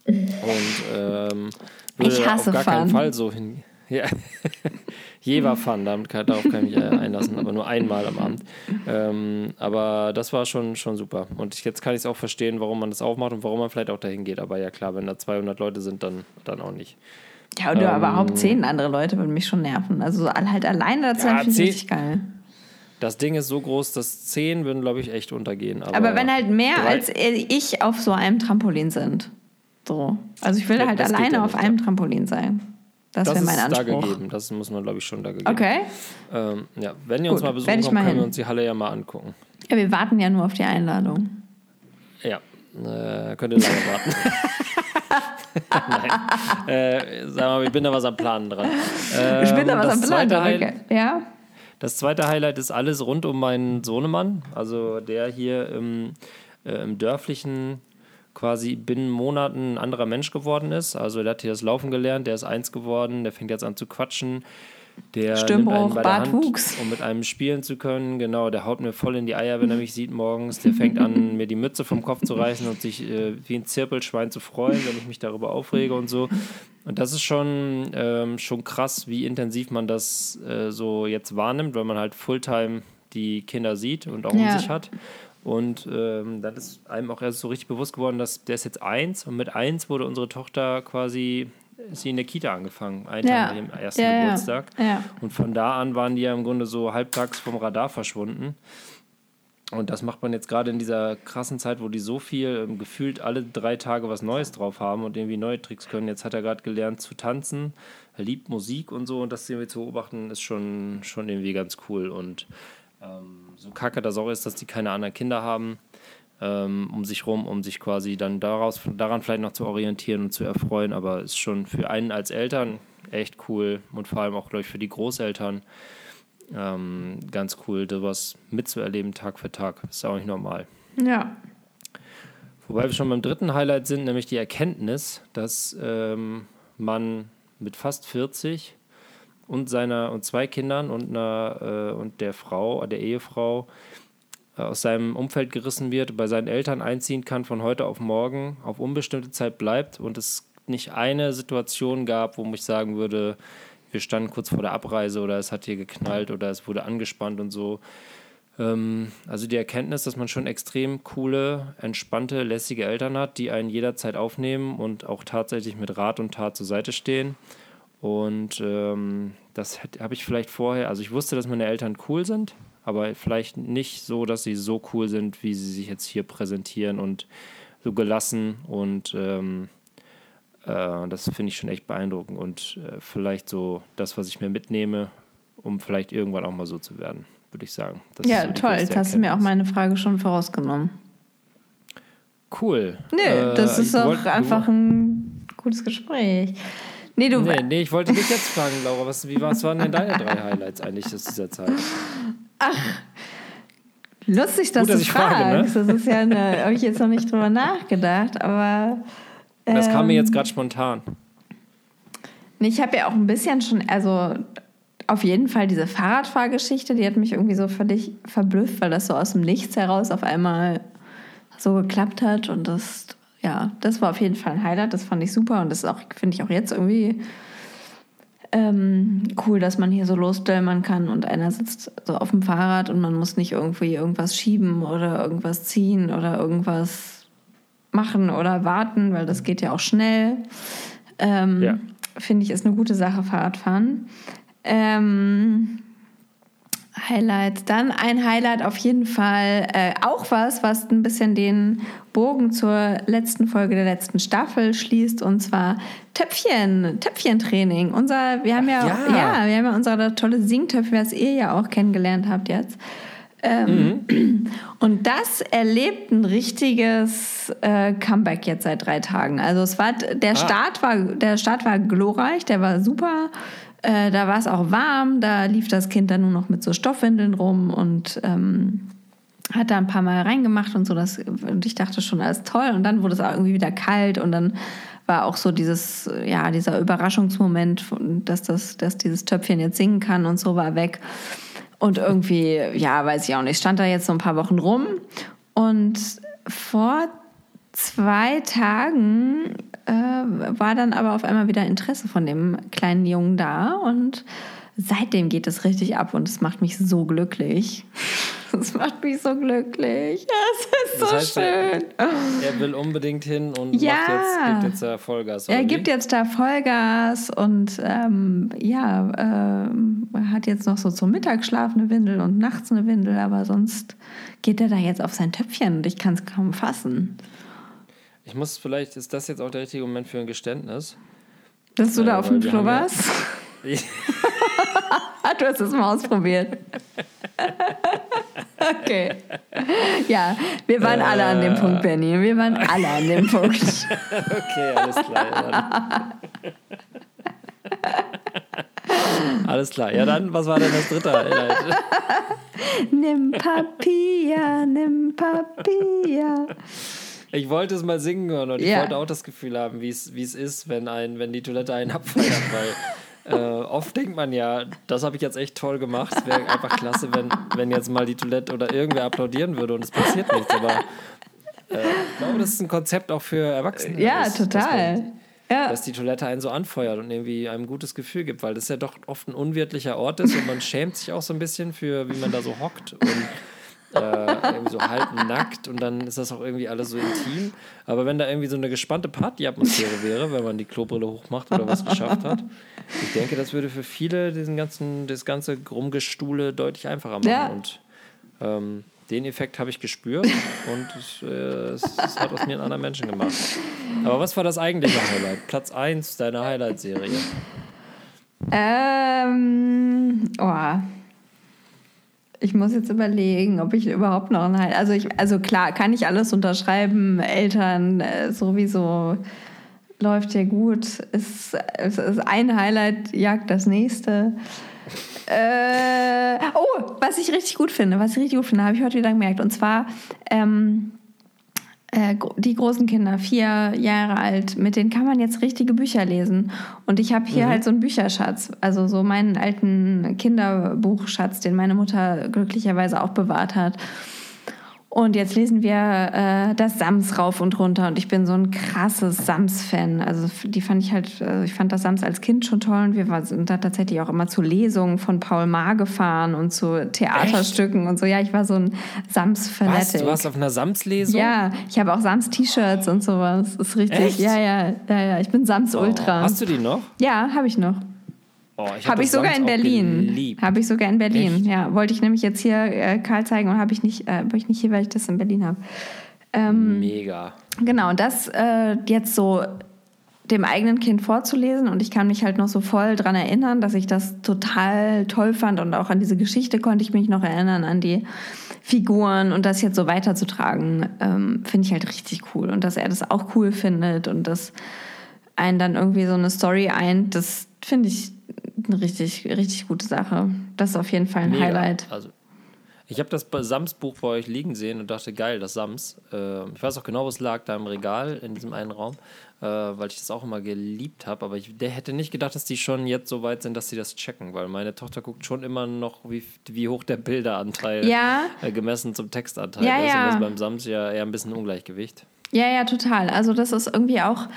Und ich hasse auf gar Fun. keinen Fall so hin. Ja. Je war Fun, darauf kann ich mich einlassen, aber nur einmal am Abend. Aber das war schon super. Und jetzt kann ich es auch verstehen, warum man das aufmacht und warum man vielleicht auch dahin geht. Aber ja klar, wenn da 200 Leute sind, dann auch nicht. Ja, oder überhaupt 10 andere Leute würden mich schon nerven. Also so halt alleine dazu finde ich richtig geil. Das Ding ist so groß, dass 10 würden, glaube ich, echt untergehen. Aber wenn halt mehr als ich auf so einem Trampolin sind. So. Also ich will halt alleine auf einem Trampolin sein. Das wäre mein Anspruch. Das ist da gegeben. Das muss man, glaube ich, schon da gegeben. Okay. Wenn ihr uns mal besuchen kommt, können wir uns die Halle ja mal angucken. Ja, wir warten ja nur auf die Einladung. Ja, könnt ihr lange warten. Nein. Sag mal, ich bin da was am Planen dran. Ich bin da was am Planen dran, ja. Das zweite Highlight ist alles rund um meinen Sohnemann. Also der hier im dörflichen quasi binnen Monaten ein anderer Mensch geworden ist. Also der hat hier das Laufen gelernt, der ist 1 geworden, der fängt jetzt an zu quatschen. Der nimmt einen bei der Hand, um mit einem spielen zu können. Genau, der haut mir voll in die Eier, wenn er mich sieht morgens. Der fängt an, mir die Mütze vom Kopf zu reißen und sich wie ein Zirpelschwein zu freuen, wenn ich mich darüber aufrege und so. Und das ist schon krass, wie intensiv man das so jetzt wahrnimmt, weil man halt Fulltime die Kinder sieht und auch um sich hat. Und dann ist einem auch erst so richtig bewusst geworden, dass der ist jetzt 1 und mit 1 wurde unsere Tochter quasi, ist sie in der Kita angefangen, einen Tag nach dem ersten Geburtstag. Ja. Und von da an waren die ja im Grunde so halbtags vom Radar verschwunden. Und das macht man jetzt gerade in dieser krassen Zeit, wo die so viel gefühlt alle 3 Tage was Neues drauf haben und irgendwie neue Tricks können. Jetzt hat er gerade gelernt zu tanzen, er liebt Musik und so und das irgendwie zu beobachten ist schon irgendwie ganz cool. Und so kacke das auch ist, dass die keine anderen Kinder haben um sich rum, um sich quasi dann daran vielleicht noch zu orientieren und zu erfreuen, aber ist schon für einen als Eltern echt cool und vor allem auch, glaube ich, für die Großeltern ganz cool, sowas mitzuerleben Tag für Tag. Ist auch nicht normal. Ja. Wobei wir schon beim dritten Highlight sind, nämlich die Erkenntnis, dass man mit fast 40 und 2 Kindern und der Ehefrau aus seinem Umfeld gerissen wird, bei seinen Eltern einziehen kann, von heute auf morgen auf unbestimmte Zeit bleibt und es nicht eine Situation gab, wo ich sagen würde, wir standen kurz vor der Abreise oder es hat hier geknallt oder es wurde angespannt und so. Also die Erkenntnis, dass man schon extrem coole, entspannte, lässige Eltern hat, die einen jederzeit aufnehmen und auch tatsächlich mit Rat und Tat zur Seite stehen. Und das habe ich vielleicht vorher, also ich wusste, dass meine Eltern cool sind, aber vielleicht nicht so, dass sie so cool sind, wie sie sich jetzt hier präsentieren und so gelassen und das finde ich schon echt beeindruckend und vielleicht so das, was ich mir mitnehme, um vielleicht irgendwann auch mal so zu werden, würde ich sagen. Das ja, so toll. Jetzt hast du mir auch meine Frage schon vorausgenommen. Cool. Nö, das ist auch einfach ein gutes Gespräch. Nee, ich wollte dich jetzt fragen, Laura, was waren denn deine 3 Highlights eigentlich aus dieser Zeit? Ach, lustig, dass du fragst. Ne? Das ist ja habe ich jetzt noch nicht drüber nachgedacht, aber das kam mir jetzt gerade spontan. Ich habe ja auch ein bisschen schon, also auf jeden Fall diese Fahrradfahrgeschichte, die hat mich irgendwie so völlig verblüfft, weil das so aus dem Nichts heraus auf einmal so geklappt hat und das war auf jeden Fall ein Highlight, das fand ich super und das ist auch, finde ich auch jetzt irgendwie cool, dass man hier so losdöllern kann und einer sitzt so auf dem Fahrrad und man muss nicht irgendwie irgendwas schieben oder irgendwas ziehen oder irgendwas machen oder warten, weil das geht ja auch schnell. Finde ich, ist eine gute Sache, Fahrradfahren. Highlights. Dann ein Highlight auf jeden Fall, auch was ein bisschen den Bogen zur letzten Folge der letzten Staffel schließt, und zwar Töpfchentraining. Wir haben ja unsere tolle Singtöpfe, was ihr ja auch kennengelernt habt jetzt. Und das erlebt ein richtiges Comeback jetzt seit 3 Tagen. Also der Start war glorreich, der war super. Da war es auch warm, da lief das Kind dann nur noch mit so Stoffwindeln rum und hat da ein paar Mal reingemacht und so. Und ich dachte schon, alles toll. Und dann wurde es auch irgendwie wieder kalt und dann war auch so dieser Überraschungsmoment, dass dieses Töpfchen jetzt singen kann und so, war weg. Und irgendwie, weiß ich auch nicht, stand da jetzt so ein paar Wochen rum. Und vor 2 Tagen war dann aber auf einmal wieder Interesse von dem kleinen Jungen da. Und seitdem geht es richtig ab und es macht mich so glücklich. Das macht mich so glücklich. Es ist so schön. Er will unbedingt hin und gibt jetzt da Vollgas. Er gibt jetzt da Vollgas und hat jetzt noch so zum Mittagsschlaf eine Windel und nachts eine Windel, aber sonst geht er da jetzt auf sein Töpfchen und ich kann es kaum fassen. Vielleicht ist das jetzt auch der richtige Moment für ein Geständnis. Dass du da auf dem Klo warst? Du hast es mal ausprobiert. Okay. Ja, wir waren alle an dem Punkt, Benni. Wir waren alle an dem Punkt. Okay, alles klar. Alles klar. Ja, dann, was war denn das dritte Highlight? Nimm Papier. Ich wollte es mal singen hören und ich wollte auch das Gefühl haben, wie es ist, wenn die Toilette einen abfeuert, weil oft denkt man ja, das habe ich jetzt echt toll gemacht. Es wäre einfach klasse, wenn jetzt mal die Toilette oder irgendwer applaudieren würde und es passiert nichts. Aber ich glaube, das ist ein Konzept auch für Erwachsene. Ja, total. dass die Toilette einen so anfeuert und irgendwie einem ein gutes Gefühl gibt, weil das ja doch oft ein unwirtlicher Ort ist und man schämt sich auch so ein bisschen für, wie man da so hockt und irgendwie so halb nackt und dann ist das auch irgendwie alles so intim. Aber wenn da irgendwie so eine gespannte Partyatmosphäre wäre, wenn man die Klobrille hochmacht oder was geschafft hat, ich denke, das würde für viele das ganze Rumgestuhle deutlich einfacher machen. Ja. Und den Effekt habe ich gespürt und es hat aus mir einen anderen Menschen gemacht. Aber was war das eigentliche Highlight? Platz 1 deiner Highlight-Serie? Ich muss jetzt überlegen, ob ich überhaupt noch ein Highlight... Also klar, kann ich alles unterschreiben. Eltern, sowieso läuft ja gut. Es ist ein Highlight, jagt das nächste. Was ich richtig gut finde, habe ich heute wieder gemerkt. Und zwar die großen Kinder, 4 Jahre alt, mit denen kann man jetzt richtige Bücher lesen. Und ich habe hier halt so einen Bücherschatz, also so meinen alten Kinderbuchschatz, den meine Mutter glücklicherweise auch bewahrt hat. Und jetzt lesen wir das Sams rauf und runter und ich bin so ein krasses Sams-Fan. Also die fand ich halt, ich fand das Sams als Kind schon toll und wir sind da tatsächlich auch immer zu Lesungen von Paul Maar gefahren und zu Theaterstücken und so. Ja, ich war so ein Sams-Fanatic. Was? Du warst auf einer Sams-Lesung? Ja, ich habe auch Sams-T-Shirts und sowas. Das ist richtig. Echt? Ja. Ich bin Sams-Ultra. Hast du die noch? Ja, habe ich noch. Habe ich sogar in Berlin. Echt? Ja, wollte ich nämlich jetzt hier Karl zeigen und habe ich nicht hier, weil ich das in Berlin habe. Mega. Genau, und das jetzt so dem eigenen Kind vorzulesen und ich kann mich halt noch so voll dran erinnern, dass ich das total toll fand und auch an diese Geschichte konnte ich mich noch erinnern, an die Figuren und das jetzt so weiterzutragen, finde ich halt richtig cool und dass er das auch cool findet und dass einen dann irgendwie so eine Story eint, das finde ich eine richtig, richtig gute Sache. Das ist auf jeden Fall ein Mega. Highlight. Also, ich habe das Sams-Buch bei euch liegen sehen und dachte, geil, das Sams. Ich weiß auch genau, wo es lag, da im Regal, in diesem einen Raum, weil ich das auch immer geliebt habe. Aber der hätte nicht gedacht, dass die schon jetzt so weit sind, dass sie das checken, weil meine Tochter guckt schon immer noch, wie hoch der Bilderanteil gemessen zum Textanteil ist. Und das ist beim Sams ja eher ein bisschen Ungleichgewicht. Ja, total. Also das ist irgendwie auch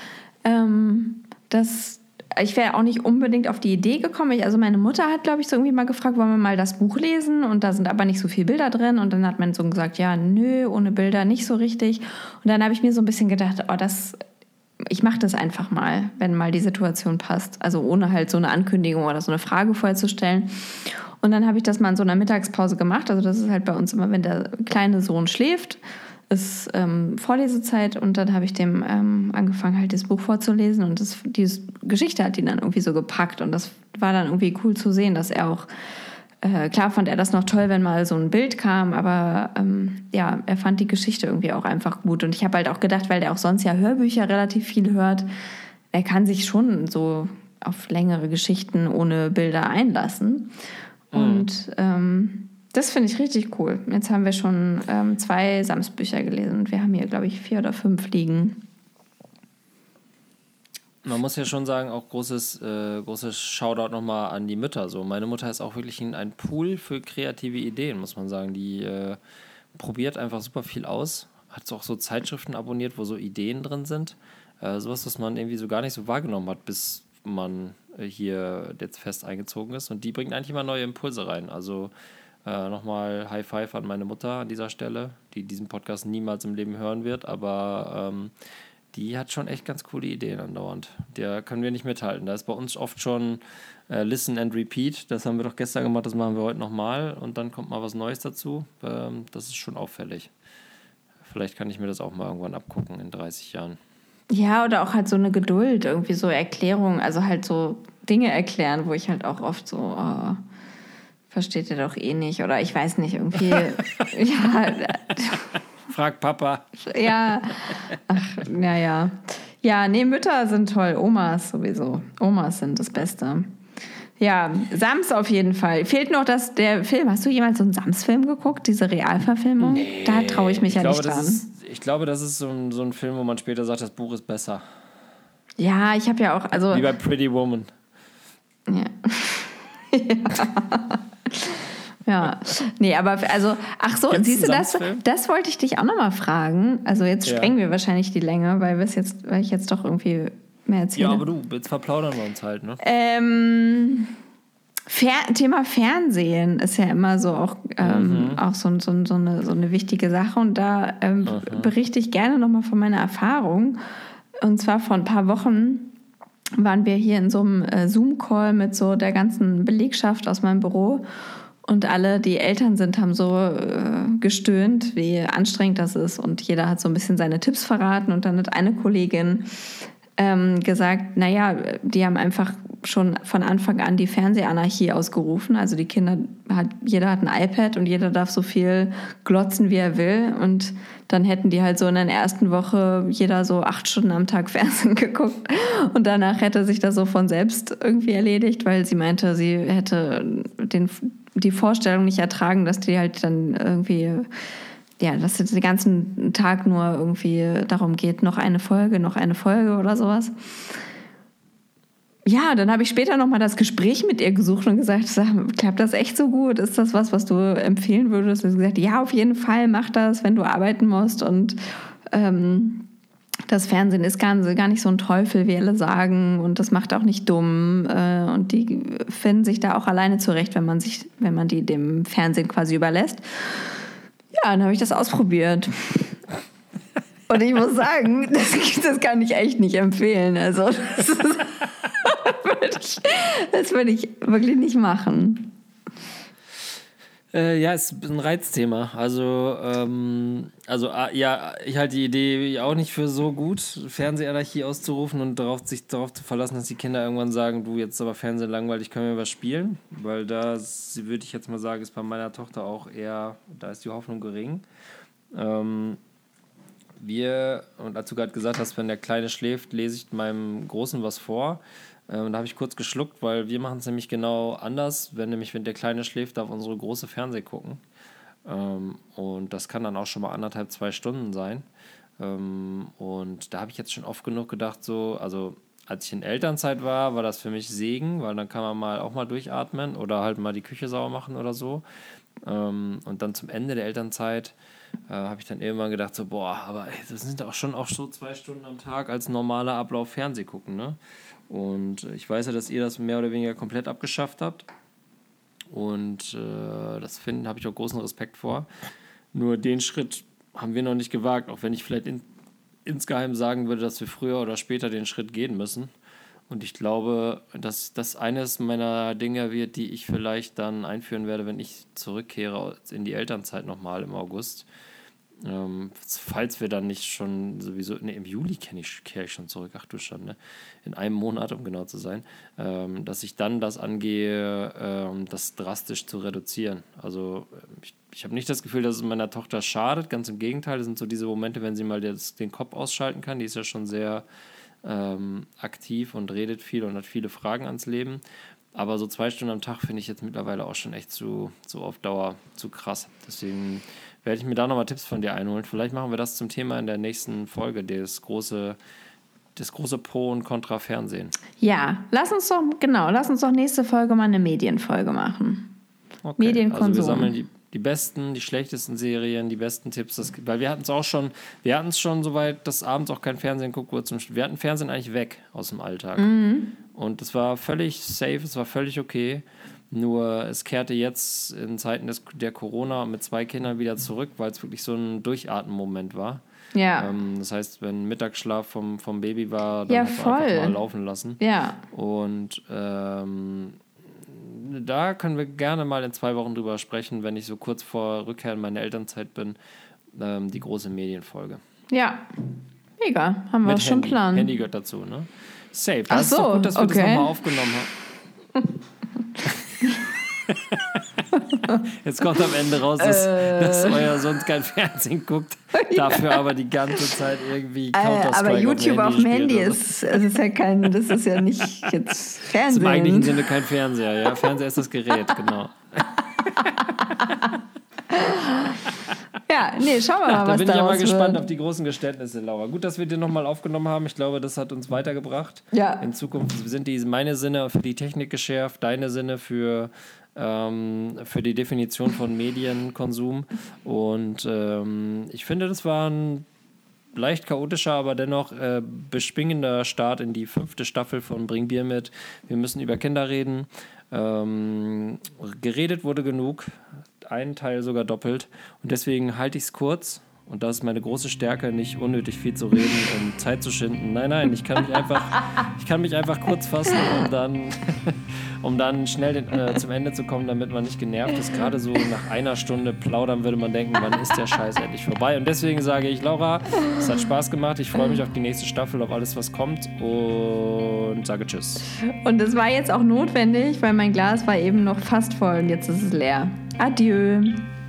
ich wäre auch nicht unbedingt auf die Idee gekommen. Also meine Mutter hat, glaube ich, so irgendwie mal gefragt, wollen wir mal das Buch lesen? Und da sind aber nicht so viele Bilder drin. Und dann hat mein Sohn gesagt, ja, nö, ohne Bilder nicht so richtig. Und dann habe ich mir so ein bisschen gedacht, ich mache das einfach mal, wenn mal die Situation passt. Also ohne halt so eine Ankündigung oder so eine Frage vorher zu stellen. Und dann habe ich das mal in so einer Mittagspause gemacht. Also das ist halt bei uns immer, wenn der kleine Sohn schläft, ist Vorlesezeit und dann habe ich dem angefangen, halt das Buch vorzulesen und diese Geschichte hat ihn dann irgendwie so gepackt und das war dann irgendwie cool zu sehen, dass er auch, klar fand er das noch toll, wenn mal so ein Bild kam, aber er fand die Geschichte irgendwie auch einfach gut und ich habe halt auch gedacht, weil der auch sonst ja Hörbücher relativ viel hört, er kann sich schon so auf längere Geschichten ohne Bilder einlassen und das finde ich richtig cool. Jetzt haben wir schon 2 Sams-Bücher gelesen und wir haben hier, glaube ich, 4 oder 5 liegen. Man muss ja schon sagen, auch großes Shoutout nochmal an die Mütter. So, meine Mutter ist auch wirklich ein Pool für kreative Ideen, muss man sagen. Die probiert einfach super viel aus. Hat auch so Zeitschriften abonniert, wo so Ideen drin sind. Sowas, was man irgendwie so gar nicht so wahrgenommen hat, bis man hier jetzt fest eingezogen ist. Und die bringt eigentlich immer neue Impulse rein. Also nochmal High Five an meine Mutter an dieser Stelle, die diesen Podcast niemals im Leben hören wird, aber die hat schon echt ganz coole Ideen andauernd. Der können wir nicht mithalten. Da ist bei uns oft schon Listen and Repeat. Das haben wir doch gestern gemacht, das machen wir heute nochmal und dann kommt mal was Neues dazu. Das ist schon auffällig. Vielleicht kann ich mir das auch mal irgendwann abgucken in 30 Jahren. Ja, oder auch halt so eine Geduld, irgendwie so Erklärungen, also halt so Dinge erklären, wo ich halt auch oft so... versteht ihr doch eh nicht. Oder ich weiß nicht, irgendwie... Frag Papa. Ja. Ja, nee, Mütter sind toll. Omas sowieso. Omas sind das Beste. Ja, Sams auf jeden Fall. Fehlt noch der Film. Hast du jemals so einen Sams-Film geguckt? Diese Realverfilmung? Nee, da traue ich mich ja nicht dran. Ich glaube, das ist so ein Film, wo man später sagt, das Buch ist besser. Ja, ich habe ja auch... Wie bei Pretty Woman. Ja. Ja, nee, aber siehst du das? Das wollte ich dich auch nochmal fragen. Also jetzt sprengen wir wahrscheinlich die Länge, weil ich jetzt doch irgendwie mehr erzähle. Ja, aber du, jetzt verplaudern wir uns halt, ne? Thema Fernsehen ist ja immer so auch so eine wichtige Sache. Und da berichte ich gerne nochmal von meiner Erfahrung. Und zwar vor ein paar Wochen waren wir hier in so einem Zoom-Call mit so der ganzen Belegschaft aus meinem Büro. Und alle, die Eltern sind, haben so gestöhnt, wie anstrengend das ist. Und jeder hat so ein bisschen seine Tipps verraten. Und dann hat eine Kollegin gesagt, naja, die haben einfach schon von Anfang an die Fernsehanarchie ausgerufen. Also die Kinder, jeder hat ein iPad und jeder darf so viel glotzen, wie er will. Und dann hätten die halt so in der ersten Woche jeder so 8 Stunden am Tag Fernsehen geguckt. Und danach hätte sich das so von selbst irgendwie erledigt, weil sie meinte, sie hätte die Vorstellung nicht ertragen, dass die halt dann irgendwie... Ja, dass es den ganzen Tag nur irgendwie darum geht, noch eine Folge oder sowas. Ja, dann habe ich später nochmal das Gespräch mit ihr gesucht und gesagt, klappt das echt so gut? Ist das was du empfehlen würdest? Sie hat gesagt, ja, auf jeden Fall, mach das, wenn du arbeiten musst. Und das Fernsehen ist gar nicht so ein Teufel, wie alle sagen. Und das macht auch nicht dumm. Und die finden sich da auch alleine zurecht, wenn man die dem Fernsehen quasi überlässt. Ja, dann habe ich das ausprobiert. Und ich muss sagen, das kann ich echt nicht empfehlen. Also das würde ich wirklich nicht machen. Ja, es ist ein Reizthema. Also ich halte die Idee auch nicht für so gut, Fernsehanarchie auszurufen und sich darauf zu verlassen, dass die Kinder irgendwann sagen, du, jetzt ist aber Fernsehen langweilig, können wir was spielen? Weil da, würde ich jetzt mal sagen, ist bei meiner Tochter auch eher, da ist die Hoffnung gering. Und als du gerade gesagt hast, wenn der Kleine schläft, lese ich meinem Großen was vor. Da habe ich kurz geschluckt, weil wir machen es nämlich genau anders. Wenn der Kleine schläft, darf unsere Große Fernsehen gucken. Und das kann dann auch schon mal 1,5, 2 Stunden sein. Und da habe ich jetzt schon oft genug gedacht, also als ich in Elternzeit war das für mich Segen, weil dann kann man auch mal durchatmen oder halt mal die Küche sauber machen oder so. Und dann zum Ende der Elternzeit habe ich dann irgendwann gedacht, aber das sind auch so 2 Stunden am Tag als normaler Ablauf Fernseh gucken, ne? Und ich weiß ja, dass ihr das mehr oder weniger komplett abgeschafft habt. Und das habe ich auch großen Respekt vor. Nur den Schritt haben wir noch nicht gewagt, auch wenn ich vielleicht insgeheim sagen würde, dass wir früher oder später den Schritt gehen müssen. Und ich glaube, dass das eines meiner Dinge wird, die ich vielleicht dann einführen werde, wenn ich zurückkehre in die Elternzeit nochmal im August. Falls wir dann nicht schon sowieso, im Juli kehre ich schon zurück, ach du schon, ne? In einem Monat, um genau zu sein, dass ich dann das angehe, das drastisch zu reduzieren. Also ich habe nicht das Gefühl, dass es meiner Tochter schadet, ganz im Gegenteil, das sind so diese Momente, wenn sie mal den Kopf ausschalten kann, die ist ja schon sehr aktiv und redet viel und hat viele Fragen ans Leben. Aber so 2 Stunden am Tag finde ich jetzt mittlerweile auch schon echt so auf Dauer zu krass. Deswegen werde ich mir da nochmal Tipps von dir einholen. Vielleicht machen wir das zum Thema in der nächsten Folge, das große Pro und Contra Fernsehen. Ja, lass uns doch nächste Folge mal eine Medienfolge machen. Okay. Medienkonsum. Also wir sammeln die besten, die schlechtesten Serien, die besten Tipps. Wir hatten es schon so weit, dass abends auch kein Fernsehen guckt wurde. Wir hatten Fernsehen eigentlich weg aus dem Alltag. Mhm. Und es war völlig safe, es war völlig okay. Nur es kehrte jetzt in Zeiten der Corona mit 2 Kindern wieder zurück, weil es wirklich so ein Durchatmen-Moment war. Ja. Das heißt, wenn Mittagsschlaf vom Baby war, dann hat man einfach mal laufen lassen. Ja. Und da können wir gerne mal in 2 Wochen drüber sprechen, wenn ich so kurz vor Rückkehr in meine Elternzeit bin, die große Medienfolge. Ja, mega, haben wir schon Plan. Handy gehört dazu, ne? Safe. Ach so, ist doch gut, dass wir das nochmal aufgenommen haben. Jetzt kommt am Ende raus, dass euer Sohn kein Fernsehen guckt, dafür aber die ganze Zeit irgendwie Counter-Strike aber YouTube auf dem Handy ist das ist ja nicht jetzt Fernsehen. Das ist im eigentlichen Sinne kein Fernseher, ja. Fernseher ist das Gerät, genau. Ja, nee, schauen wir mal, was da bin ich ja mal gespannt wird. auf die großen Geständnisse, Laura. Gut, dass wir den nochmal aufgenommen haben. Ich glaube, das hat uns weitergebracht. Ja. In Zukunft sind meine Sinne für die Technik geschärft, deine Sinne für die Definition von Medienkonsum. Und ich finde, das war ein leicht chaotischer, aber dennoch bespringender Start in die 5. Staffel von Bring Bier mit. Wir müssen über Kinder reden. Geredet wurde genug, einen Teil sogar doppelt. Und deswegen halte ich es kurz. Und das ist meine große Stärke, nicht unnötig viel zu reden, um Zeit zu schinden. Nein, ich kann mich einfach kurz fassen, um dann schnell zum Ende zu kommen, damit man nicht genervt ist. Gerade so nach einer Stunde plaudern würde man denken, wann ist der Scheiß endlich vorbei. Und deswegen sage ich, Laura, es hat Spaß gemacht. Ich freue mich auf die nächste Staffel, auf alles, was kommt. Und sage Tschüss. Und es war jetzt auch notwendig, weil mein Glas war eben noch fast voll und jetzt ist es leer. Adieu.